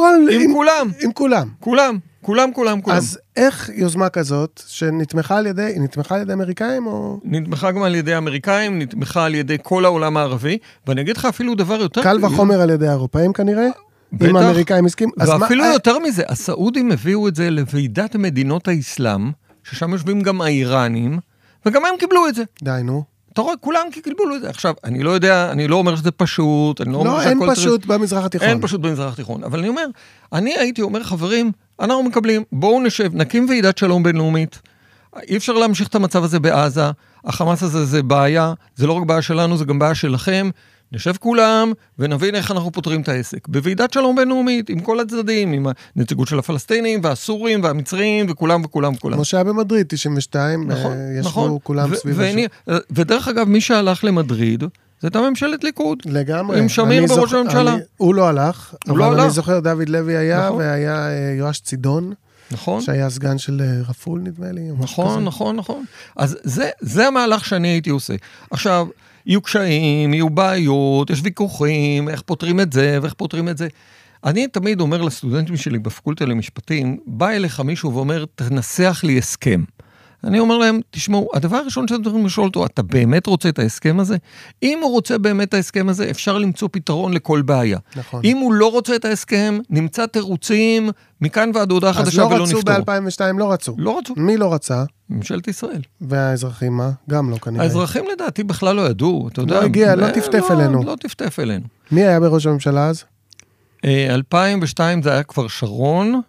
כולם. אז איך יוזמה כזאת, שנתמכה על ידי, היא נתמכה על ידי אמריקאים או... נתמכה גם על ידי אמריקאים, נתמכה על ידי כל העולם הערבי, ואני אגיד לך אפילו דבר יותר... קל וחומר על ידי האירופאים כנראה? אם האמריקאים הסכימו. ואפילו יותר מזה, הסעודים הביאו את זה לוועידת מדינות האסלאם, ששם יושבים גם האיראנים, וגם הם קיבלו את זה. די, נו. אתה רואה, כולם קיבלו את זה. עכשיו, אני לא יודע, אני לא אומר שזה פשוט, אני לא אומר אין פשוט במזרח התיכון. אין פשוט במזרח התיכון. אבל אני אומר, אני הייתי אומר, חברים, אנחנו מקבלים, בואו נשב, נקים ועידת שלום בינלאומית, אי אפשר להמשיך את המצב הזה בעזה, החמאס הזה זה בעיה, זה לא רק בעיה שלנו, זה גם בעיה שלכם, נשב כולם ונבין איך אנחנו פותרים את העסק. בוועידת שלום בינלאומית, עם כל הצדדים, עם הנציגות של הפלסטינים והסורים והמצרים וכולם וכולם וכולם. כמו שהיה במדריד, 92, ישבו כולם סביב השם. ודרך אגב, מי שהלך למדריד, זה הייתה ממשלת ליכוד. לגמרי. עם שמיר בראש הממשלה. הוא לא הלך, אבל אני זוכר, דוד לוי היה, והיה יואש צידון. נכון. שהיה סגן של רפול, נדמה לי. נכון, נכון, נכון. אז זה המהלך שאני הייתי עושה. עכשיו, יהיו קשיים, יהיו בעיות, יש ויכוחים, איך פותרים את זה ואיך פותרים את זה. אני תמיד אומר לסטודנטים שלי בפקולטה למשפטים, בא אליך מישהו ואומר, תנסח לי הסכם. אני אומר להם, תשמעו, הדבר הראשון שאתם צריכים לשאול אותו, אתה באמת רוצה את ההסכם הזה? אם הוא רוצה באמת את ההסכם הזה, אפשר למצוא פתרון לכל בעיה. נכון. אם הוא לא רוצה את ההסכם, נמצא תירוצים מכאן ועד הודעה חדשה ולא נפתור. אז לא רצו ב-2002, לא רצו. לא רצו. מי לא רצה? ממשלת ישראל. והאזרחים מה? גם לא כנראה. האזרחים לדעתי בכלל לא ידעו, אתה יודע. לא הגיע, לא טפטף אלינו. לא טפטף אלינו. מי היה בראש הממשלה אז? 2002 זה היה כבר שרון,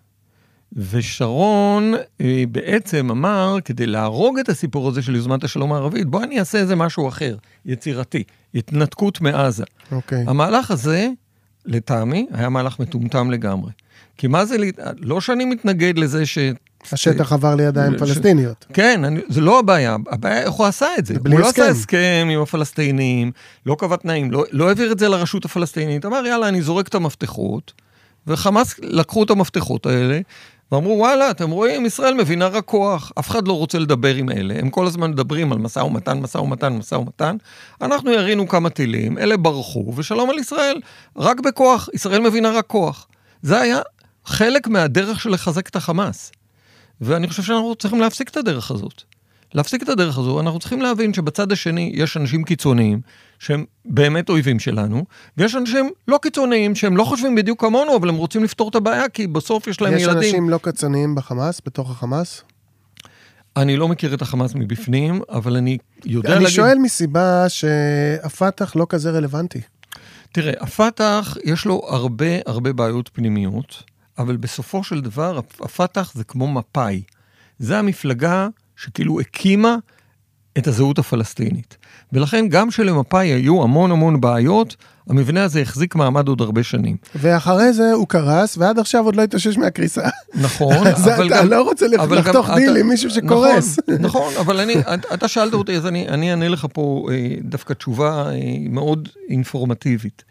ושרון בעצם אמר, כדי להרוג את הסיפור הזה של יוזמת השלום הערבית, בוא אני אעשה איזה משהו אחר, יצירתי, התנתקות מעזה. אוקיי. המהלך הזה, לטעמי, היה מהלך מטומטם לגמרי. כי מה זה, לא שאני מתנגד לזה השטח עבר לידיים פלסטיניות. כן, זה לא הבעיה. הבעיה, איך הוא עשה את זה? הוא לא עשה הסכם עם הפלסטינים, לא קבע תנאים, לא העביר את זה לרשות הפלסטינית, אמר, יאללה, אני זורק את המפתחות, וחמאס לקחו את המפתחות האלה, ואמרו, וואלה, אתם רואים, ישראל מבינה רק כוח, אף אחד לא רוצה לדבר עם אלה, הם כל הזמן מדברים על משא ומתן, משא ומתן, משא ומתן, אנחנו ירינו כמה טילים, אלה ברחו, ושלום על ישראל, רק בכוח, ישראל מבינה רק כוח. זה היה חלק מהדרך של לחזק את החמאס. ואני חושב שאנחנו צריכים להפסיק את הדרך הזאת. להפסיק את הדרך הזו, אנחנו צריכים להבין שבצד השני יש אנשים קיצוניים, שהם באמת אויבים שלנו, ויש אנשים לא קיצוניים, שהם לא חושבים בדיוק כמונו, אבל הם רוצים לפתור את הבעיה, כי בסוף יש להם ילדים. יש אנשים לא קיצוניים בחמאס, בתוך החמאס? אני לא מכיר את החמאס מבפנים, אבל אני יודע להגיד... אני שואל מסיבה שהפתח לא כזה רלוונטי. תראה, הפתח יש לו הרבה בעיות פנימיות, אבל בסופו של דבר, הפתח זה כמו מפאי. זה המפלגה שכאילו הקימה את הזהות הפלסטינית. ולכן גם שלמפאי היו המון בעיות, המבנה הזה החזיק מעמד עוד הרבה שנים. ואחרי זה הוא קרס, ועד עכשיו עוד לא התאושש מהקריסה. נכון. אבל אתה לא רוצה לחתוך דיל עם מישהו שקורס. נכון, אבל אתה שאלת אותי, אז אני אענה לך פה דווקא תשובה מאוד אינפורמטיבית.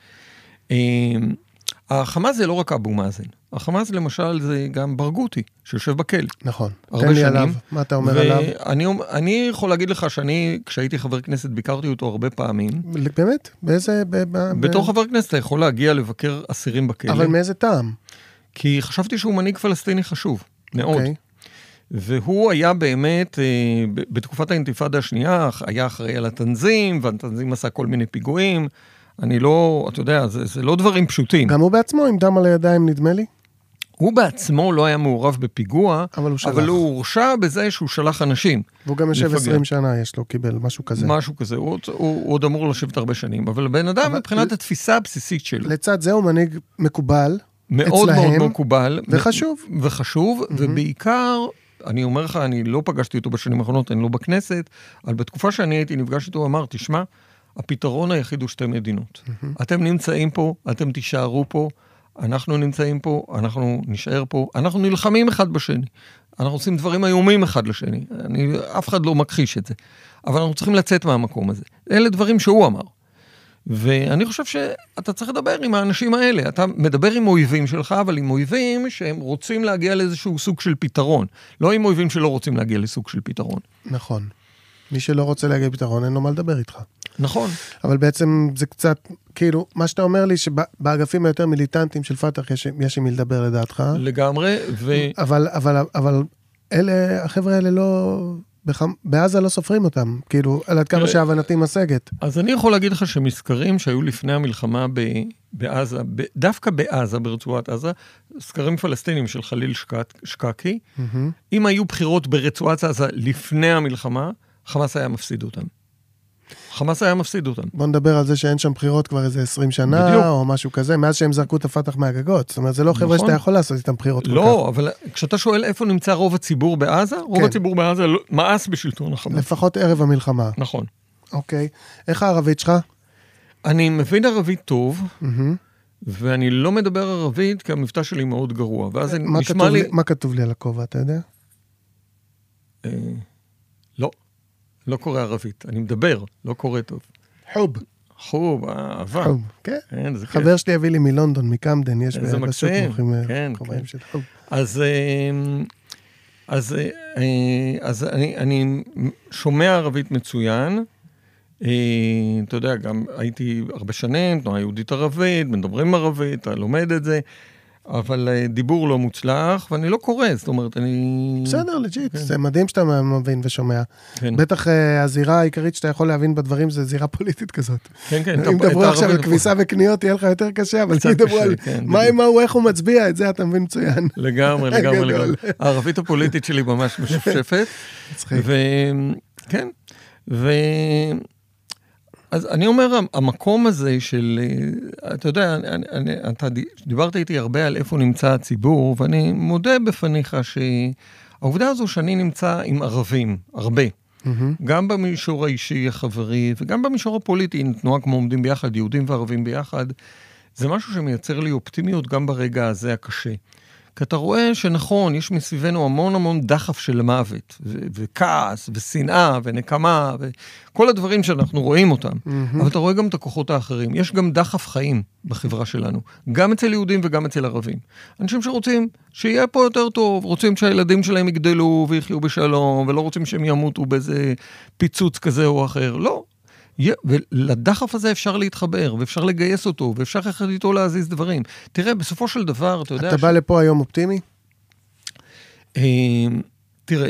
החמאס זה לא רק אבו מאזן. החמאס למשל זה גם ברגותי, שיושב בכלא. נכון. תן לי עליו. מה אתה אומר עליו? אני יכול להגיד לך שאני, כשהייתי חבר כנסת, ביקרתי אותו הרבה פעמים. באמת? באיזה... בתור חבר כנסת אתה יכול להגיע לבקר אסירים בכלא. אבל מאיזה טעם? כי חשבתי שהוא מנהיג פלסטיני חשוב. מאוד. והוא היה באמת, בתקופת האינתיפאדה השנייה, היה אחראי על התנזים, והתנזים עשה כל מיני פיגועים. אני לא, אתה יודע, זה לא דברים פשוטים. גם הוא בעצמו עם דם על הידיים, נדמה לי? הוא בעצמו לא היה מעורב בפיגוע, אבל הוא הורשע בזה שהוא שלח אנשים. והוא גם יושב 20 שנה, יש לו, קיבל משהו כזה. משהו כזה, הוא עוד אמור לשבת הרבה שנים, אבל בן אדם מבחינת התפיסה הבסיסית שלו. לצד זה הוא מנהיג מקובל, מאוד מאוד מקובל. וחשוב. ובעיקר, אני אומר לך, אני לא פגשתי אותו בשנים האחרונות, אני לא בכנסת, אבל בתקופה שאני הייתי נפגש איתו, אמר, תשמע, הפתרון היחיד הוא שתי מדינות. אתם נמצאים פה, אתם תישארו פה, אנחנו נמצאים פה, אנחנו נשאר פה, אנחנו נלחמים אחד בשני. אנחנו עושים דברים איומים אחד לשני. אף אחד לא מכחיש את זה. אבל אנחנו צריכים לצאת מהמקום הזה. אלה דברים שהוא אמר. ואני חושב שאתה צריך לדבר עם האנשים האלה. אתה מדבר עם אויבים שלך, אבל עם אויבים שהם רוצים להגיע לאיזשהו סוג של פתרון. לא עם אויבים שלא רוצים להגיע לסוג של פתרון. נכון. מי שלא רוצה להגיע לפתרון, אין לו מה לדבר איתך. נכון. אבל בעצם זה קצת, כאילו, מה שאתה אומר לי, שבאגפים היותר מיליטנטיים של פתח, יש עם מי לדבר לדעתך. לגמרי, אבל החבר'ה האלה בעזה לא סופרים אותם, כאילו, על עד כמה שהבנתי משגת. אז אני יכול להגיד לך שמסקרים שהיו לפני המלחמה בעזה, דווקא בעזה, ברצועת עזה, סקרים פלסטינים של חליל שקקי, אם היו בחירות ברצועת עזה לפני המלחמה, חמאס היה מפסיד אותם. חמאס היה מפסיד אותם. בוא נדבר על זה שאין שם בחירות כבר איזה 20 שנה, בדיוק. או משהו כזה, מאז שהם זרקו את הפתח מהגגות. זאת אומרת, זה לא חבר'ה שאתה יכול לעשות איתם בחירות כל כך. לא, אבל כשאתה שואל איפה נמצא רוב הציבור בעזה, רוב הציבור בעזה מאס בשלטון החמאס. לפחות ערב המלחמה. נכון. אוקיי. איך הערבית שלך? אני מבין ערבית טוב, ואני לא מדבר ערבית, כי המבטא שלי מאוד גרוע. ואז נשמע לי... מה כתוב לי על הכובע, אתה יודע? לא. לא קורא ערבית, אני מדבר, לא קורא טוב. חוב. חוב, אהבה. חוב, כן. חבר שלי הביא לי מלונדון, מקמדן, יש בשוק מוכרים כובעים של חוב. אז אני שומע ערבית מצוין, אתה יודע, גם הייתי הרבה שנים, תנועה יהודית ערבית, מדברים ערבית, אתה לומד את זה, אבל דיבור לא מוצלח, ואני לא קורא, זאת אומרת, אני... בסדר, לג'יט, זה מדהים שאתה מבין ושומע. בטח הזירה העיקרית שאתה יכול להבין בדברים, זה זירה פוליטית כזאת. כן, כן. אם דברו עכשיו על כביסה וקניות, יהיה לך יותר קשה, אבל אם דברו על מה הוא, איך הוא מצביע, את זה אתה מבין מצוין. לגמרי. הערבית הפוליטית שלי ממש משפשפת. כן, אז אני אומר, המקום הזה של, אתה יודע, אתה דיברת איתי הרבה על איפה נמצא הציבור, ואני מודה בפניך שהעובדה הזו שאני נמצא עם ערבים, הרבה, גם במישור האישי החברי, וגם במישור הפוליטי, תנועה כמו עומדים ביחד, יהודים וערבים ביחד, זה משהו שמייצר לי אופטימיות גם ברגע הזה הקשה. כי אתה רואה שנכון, יש מסביבנו המון המון דחף של מוות, וכעס, ושנאה, ונקמה, וכל הדברים שאנחנו רואים אותם. אבל אתה רואה גם את הכוחות האחרים. יש גם דחף חיים בחברה שלנו, גם אצל יהודים וגם אצל ערבים. אנשים שרוצים שיהיה פה יותר טוב, רוצים שהילדים שלהם יגדלו ויחיו בשלום, ולא רוצים שהם ימותו באיזה פיצוץ כזה או אחר. לא. ולדחף הזה אפשר להתחבר, ואפשר לגייס אותו, ואפשר אחד איתו להזיז דברים. תראה, בסופו של דבר, אתה יודע... אתה בא לפה היום אופטימי? תראה...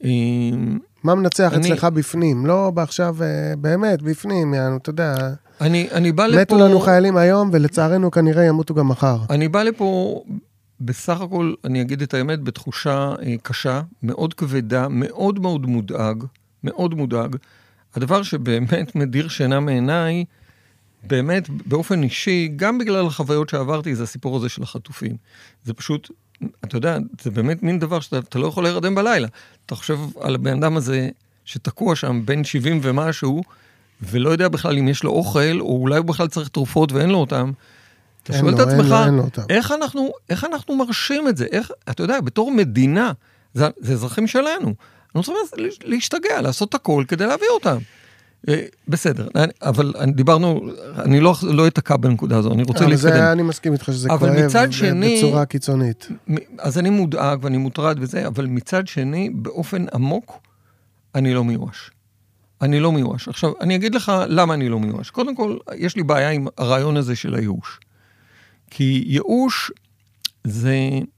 מה מנצח אצלך בפנים? לא בעכשיו, באמת, בפנים, אתה יודע... אני בא לפה... מתו לנו חיילים היום, ולצערנו כנראה ימותו גם מחר. אני בא לפה, בסך הכל, אני אגיד את האמת, בתחושה קשה, מאוד כבדה, מאוד מאוד מודאג, מאוד מודאג, הדבר שבאמת מדיר שינה מעיניי, באמת באופן אישי, גם בגלל החוויות שעברתי, זה הסיפור הזה של החטופים. זה פשוט, אתה יודע, זה באמת מין דבר שאתה לא יכול להירדם בלילה. אתה חושב על הבן אדם הזה שתקוע שם בין 70 ומשהו, ולא יודע בכלל אם יש לו אוכל, או אולי הוא בכלל צריך תרופות ואין לו אותם. אתה שואל את עצמך, איך אנחנו מרשים את זה? אתה יודע, בתור מדינה, זה אזרחים שלנו. אנחנו צריכים להשתגע, לעשות הכל כדי להביא אותם. בסדר, אבל דיברנו, אני לא אתקע בנקודה הזו, אני רוצה להתקדם. אני מסכים איתך שזה כואב בצורה קיצונית. אז אני מודאג ואני מוטרד וזה, אבל מצד שני, באופן עמוק, אני לא מיואש. אני לא מיואש. עכשיו, אני אגיד לך למה אני לא מיואש. קודם כל, יש לי בעיה עם הרעיון הזה של הייאוש. כי ייאוש זה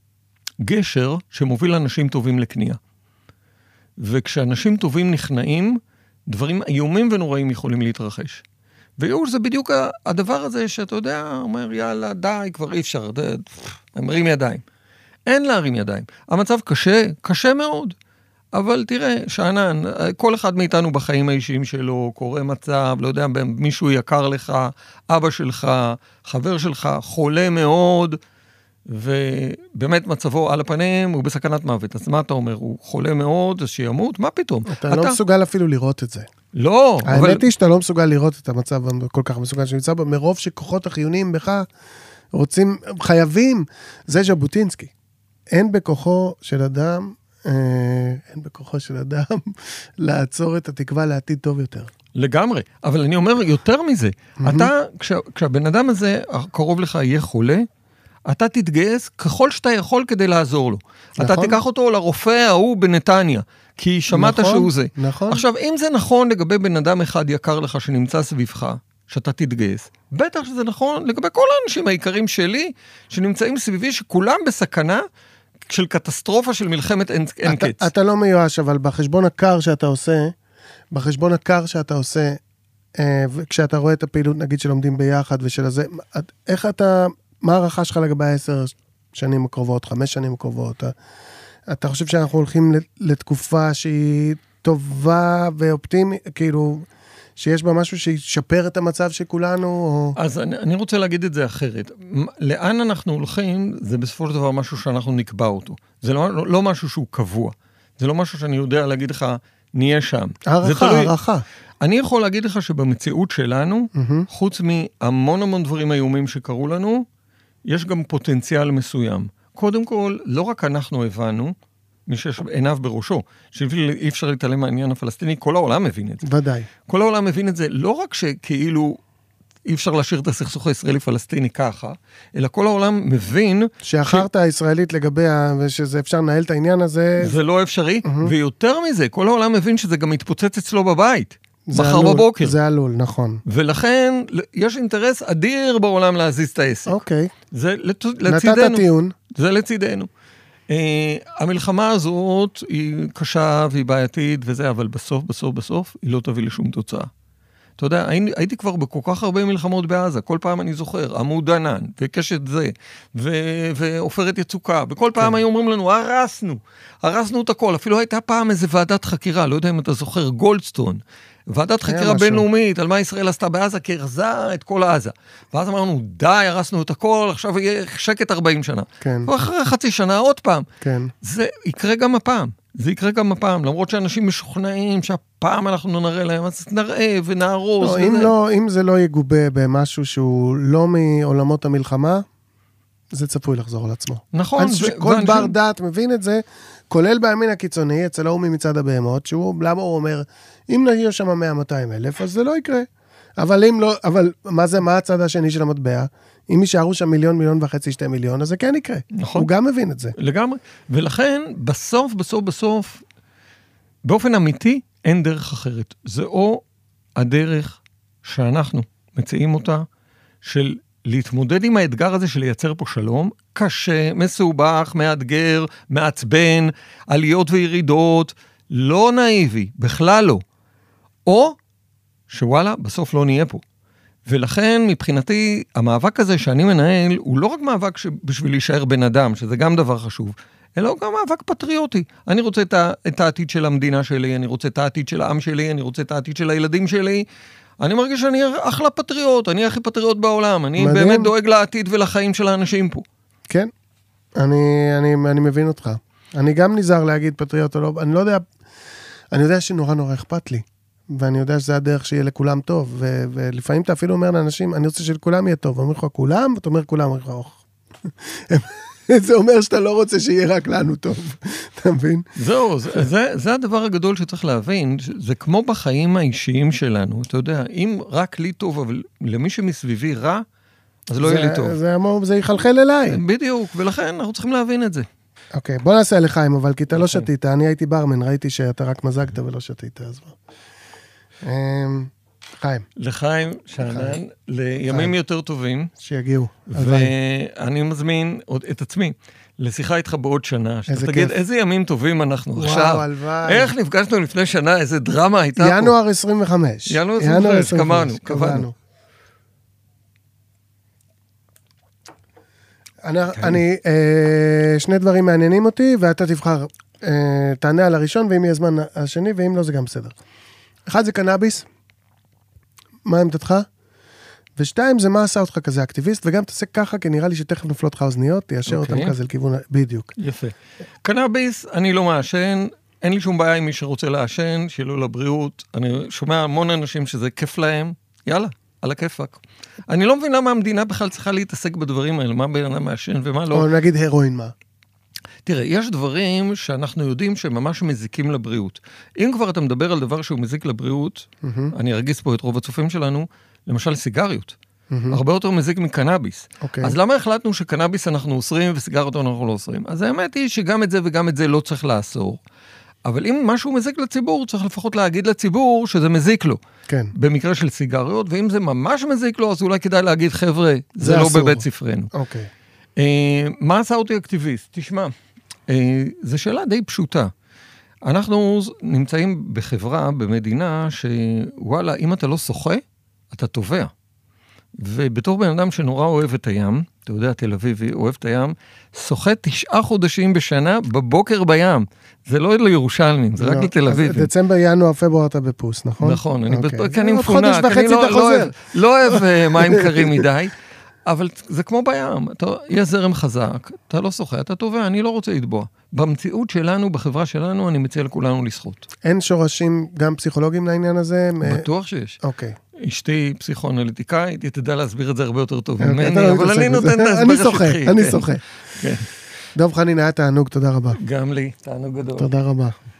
גשר שמוביל אנשים טובים לקנייה. וכשאנשים טובים נכנעים, דברים איומים ונוראים יכולים להתרחש. וייאוש זה בדיוק הדבר הזה שאתה יודע, אומר יאללה די, כבר אי אפשר, מרים ידיים. אין להרים ידיים. המצב קשה, קשה מאוד. אבל תראה, שענן, כל אחד מאיתנו בחיים האישיים שלו, קורא מצב, לא יודע, מישהו יקר לך, אבא שלך, חבר שלך, חולה מאוד, ובאמת מצבו על הפנים, הוא בסכנת מוות. אז מה אתה אומר? הוא חולה מאוד, אז שימות? מה פתאום? אתה לא מסוגל אפילו לראות את זה. לא. האמת היא שאתה לא מסוגל לראות את המצב כל כך מסוגל שנמצא בו, מרוב שכוחות החיוניים בך רוצים, חייבים, זה ז'בוטינסקי. אין בכוחו של אדם לעצור את התקווה לעתיד טוב יותר. לגמרי. אבל אני אומר יותר מזה. אתה, כשהבן אדם הזה, קרוב לך, יהיה חולה, אתה תתגייס ככל שאתה יכול כדי לעזור לו. נכון. אתה תיקח אותו לרופא ההוא בנתניה, כי שמעת נכון, שהוא זה. נכון. עכשיו, אם זה נכון לגבי בן אדם אחד יקר לך שנמצא סביבך, שאתה תתגייס, בטח שזה נכון לגבי כל האנשים העיקרים שלי, שנמצאים סביבי, שכולם בסכנה, של קטסטרופה של מלחמת אין קץ. אתה לא מיואש, אבל בחשבון הקר שאתה עושה, כשאתה רואה את הפעילות, נגיד, שלומדים ביחד ושל הזה, איך מה הערכה שלך לגבי 10 שנים הקרובות, 5 שנים הקרובות? אתה חושב שאנחנו הולכים לתקופה שהיא טובה ואופטימית, כאילו, שיש בה משהו שישפר את המצב של כולנו? או... אז אני רוצה להגיד את זה אחרת. לאן אנחנו הולכים, זה בסופו של דבר משהו שאנחנו נקבע אותו. זה לא משהו שהוא קבוע. זה לא משהו שאני יודע להגיד לך, נהיה שם. הערכה. אני יכול להגיד לך שבמציאות שלנו, חוץ מהמון דברים איומים שקרו לנו, יש גם פוטנציאל מסוים. קודם כל, לא רק אנחנו הבנו, מי שיש עיניו בראשו, שאי אפשר להתעלם מהעניין הפלסטיני, כל העולם מבין את זה. ודאי. כל העולם מבין את זה, לא רק שכאילו אי אפשר להשאיר את הסכסוך הישראלי-פלסטיני ככה, אלא כל העולם מבין... שאחרת הישראלית לגביה, ושזה אפשר לנהל את העניין הזה... זה לא אפשרי, ויותר מזה, כל העולם מבין שזה גם מתפוצץ אצלו בבית. מחר בבוקר. זה עלול, נכון. ולכן יש אינטרס אדיר בעולם להזיז את העסק. אוקיי. זה לצידנו. נתת טיעון. זה לצידנו. המלחמה הזאת היא קשה והיא בעייתית וזה, אבל בסוף היא לא תביא לשום תוצאה. אתה יודע, הייתי כבר בכל כך הרבה מלחמות בעזה, כל פעם אני זוכר, עמוד ענן, וקשת זה, ועופרת יצוקה, וכל פעם היו אומרים לנו, הרסנו את הכל, אפילו הייתה פעם איזה ועדת חקירה, לא יודע אם אתה זוכר, גולדסטון, ועדת חקירה בינלאומית, על מה ישראל עשתה בעזה, כרזה את כל העזה. ואז אמרנו, די, הרסנו את הכל, עכשיו יהיה שקט 40 שנה. כן. ואחרי חצי שנה עוד פעם. כן. זה יקרה גם הפעם. זה יקרה גם הפעם, למרות שאנשים משוכנעים שהפעם אנחנו נראה להם, אז נראה ונערוז. לא, אם זה לא יגובה במשהו שהוא לא מעולמות המלחמה, זה צפוי לחזור על עצמו. נכון. כל בר דעת מבין את זה, כולל בימין הקיצוני, אצל ההוא מצד הבהמות, למה הוא אומר, אם נהיה שם 100-200 אלף, אז זה לא יקרה. אבל אם לא, אבל מה הצד השני של המטבע? אם יישארו שם 1.5 מיליון, 2 מיליון, אז זה כן יקרה. נכון. הוא גם מבין את זה. לגמרי. ולכן, בסוף, באופן אמיתי, אין דרך אחרת. זה או הדרך שאנחנו מציעים אותה, של להתמודד עם האתגר הזה של לייצר פה שלום, קשה, מסובך, מאתגר, מעצבן, עליות וירידות, לא נאיבי, בכלל לא. או שוואלה, בסוף לא נהיה פה. ולכן, מבחינתי, המאבק הזה שאני מנהל, הוא לא רק מאבק בשביל להישאר בן אדם, שזה גם דבר חשוב, אלא הוא גם מאבק פטריוטי. אני רוצה את העתיד של המדינה שלי, אני רוצה את העתיד של העם שלי, אני רוצה את העתיד של הילדים שלי. אני מרגיש שאני אחלה פטריוט, אני הכי פטריוט בעולם. אני מדהים. באמת דואג לעתיד ולחיים של האנשים פה. כן, אני מבין אותך. אני גם נזהר להגיד פטריוט או לא, אני לא יודע, אני יודע שנורא אכפת לי. ואני יודע שזה הדרך שיהיה לכולם טוב, ולפעמים אתה אפילו אומר לאנשים, אני רוצה שלכולם יהיה טוב, ואומר לך כולם, ואתה אומר כולם, אומר לך, זה אומר שאתה לא רוצה שיהיה רק לנו טוב, אתה מבין? זהו, זה הדבר הגדול שצריך להבין, זה כמו בחיים האישיים שלנו, אתה יודע, אם רק לי טוב, אבל למי שמסביבי רע, אז לא יהיה לי טוב. זה יחלחל אליי. בדיוק, ולכן אנחנו צריכים להבין את זה. אוקיי, בוא נעשה לחיים, אבל כי אתה לא שתית, אני הייתי ברמן, ראיתי שאתה רק מזגת ולא שתית, אז חיים. לחיים, שאנן, לימים יותר טובים. שיגיעו. ואני מזמין את עצמי לשיחה איתך בעוד שנה. שאתה תגיד, איזה ימים טובים אנחנו עכשיו. איך נפגשנו לפני שנה, איזה דרמה הייתה פה. ינואר 25. ינואר 25, קבענו. אני, שני דברים מעניינים אותי, ואתה תבחר, תענה על הראשון, ואם יהיה זמן השני, ואם לא זה גם בסדר. אחד זה קנאביס, מה עמדתך? ושתיים זה מה עשה אותך כזה אקטיביסט, וגם תעשה ככה, כי נראה לי שתכף נופלות לך אוזניות, תיישר אותם כזה לכיוון, בדיוק. יפה. קנאביס, אני לא מעשן, אין לי שום בעיה עם מי שרוצה לעשן, שיהיה לו לבריאות, אני שומע המון אנשים שזה כיף להם, יאללה, על הכיפק. אני לא מבין למה המדינה בכלל צריכה להתעסק בדברים האלה, מה בן אדם מעשן ומה לא. או נגיד הרואין מה. תראה, יש דברים שאנחנו יודעים שממש מזיקים לבריאות. אם כבר אתה מדבר על דבר שהוא מזיק לבריאות, אני ארגיס פה את רוב הצופים שלנו, למשל סיגריות. הרבה יותר מזיק מקנאביס. אז למה החלטנו שקנאביס אנחנו אוסרים וסיגריות אנחנו לא אוסרים? אז האמת היא שגם את זה וגם את זה לא צריך לאסור. אבל אם משהו מזיק לציבור, צריך לפחות להגיד לציבור שזה מזיק לו. כן. במקרה של סיגריות, ואם זה ממש מזיק לו, אז אולי כדאי להגיד, חבר'ה, זה לא בבית ספרנו. אוקיי. מה עשה אותי אקטיביסט? תשמע, זו שאלה די פשוטה. אנחנו נמצאים בחברה, במדינה, שוואלה, אם אתה לא שוחה, אתה תובע. ובתור בן אדם שנורא אוהב את הים, אתה יודע, תל אביבי, אוהב את הים, שוחה 9 חודשים בשנה בבוקר בים. זה לא לירושלמים, זה רק לתל אביבי. דצמבר, ינואר, פברואר אתה בפוס, נכון? נכון, אני מפונק, אני לא אוהב מים קרים מדי, אבל זה כמו בים, יש זרם חזק, אתה לא שוחה, אתה טובע, אני לא רוצה לטבוע. במציאות שלנו, בחברה שלנו, אני מציע לכולנו לשחות. אין שורשים גם פסיכולוגיים לעניין הזה? בטוח שיש. אוקיי. אשתי פסיכואנליטיקאית, היא תדע להסביר את זה הרבה יותר טוב ממני, אבל אני נותן את ההסבר השטחי. אני שוחה. דב חנין, היה תענוג, תודה רבה. גם לי, תענוג גדול. תודה רבה.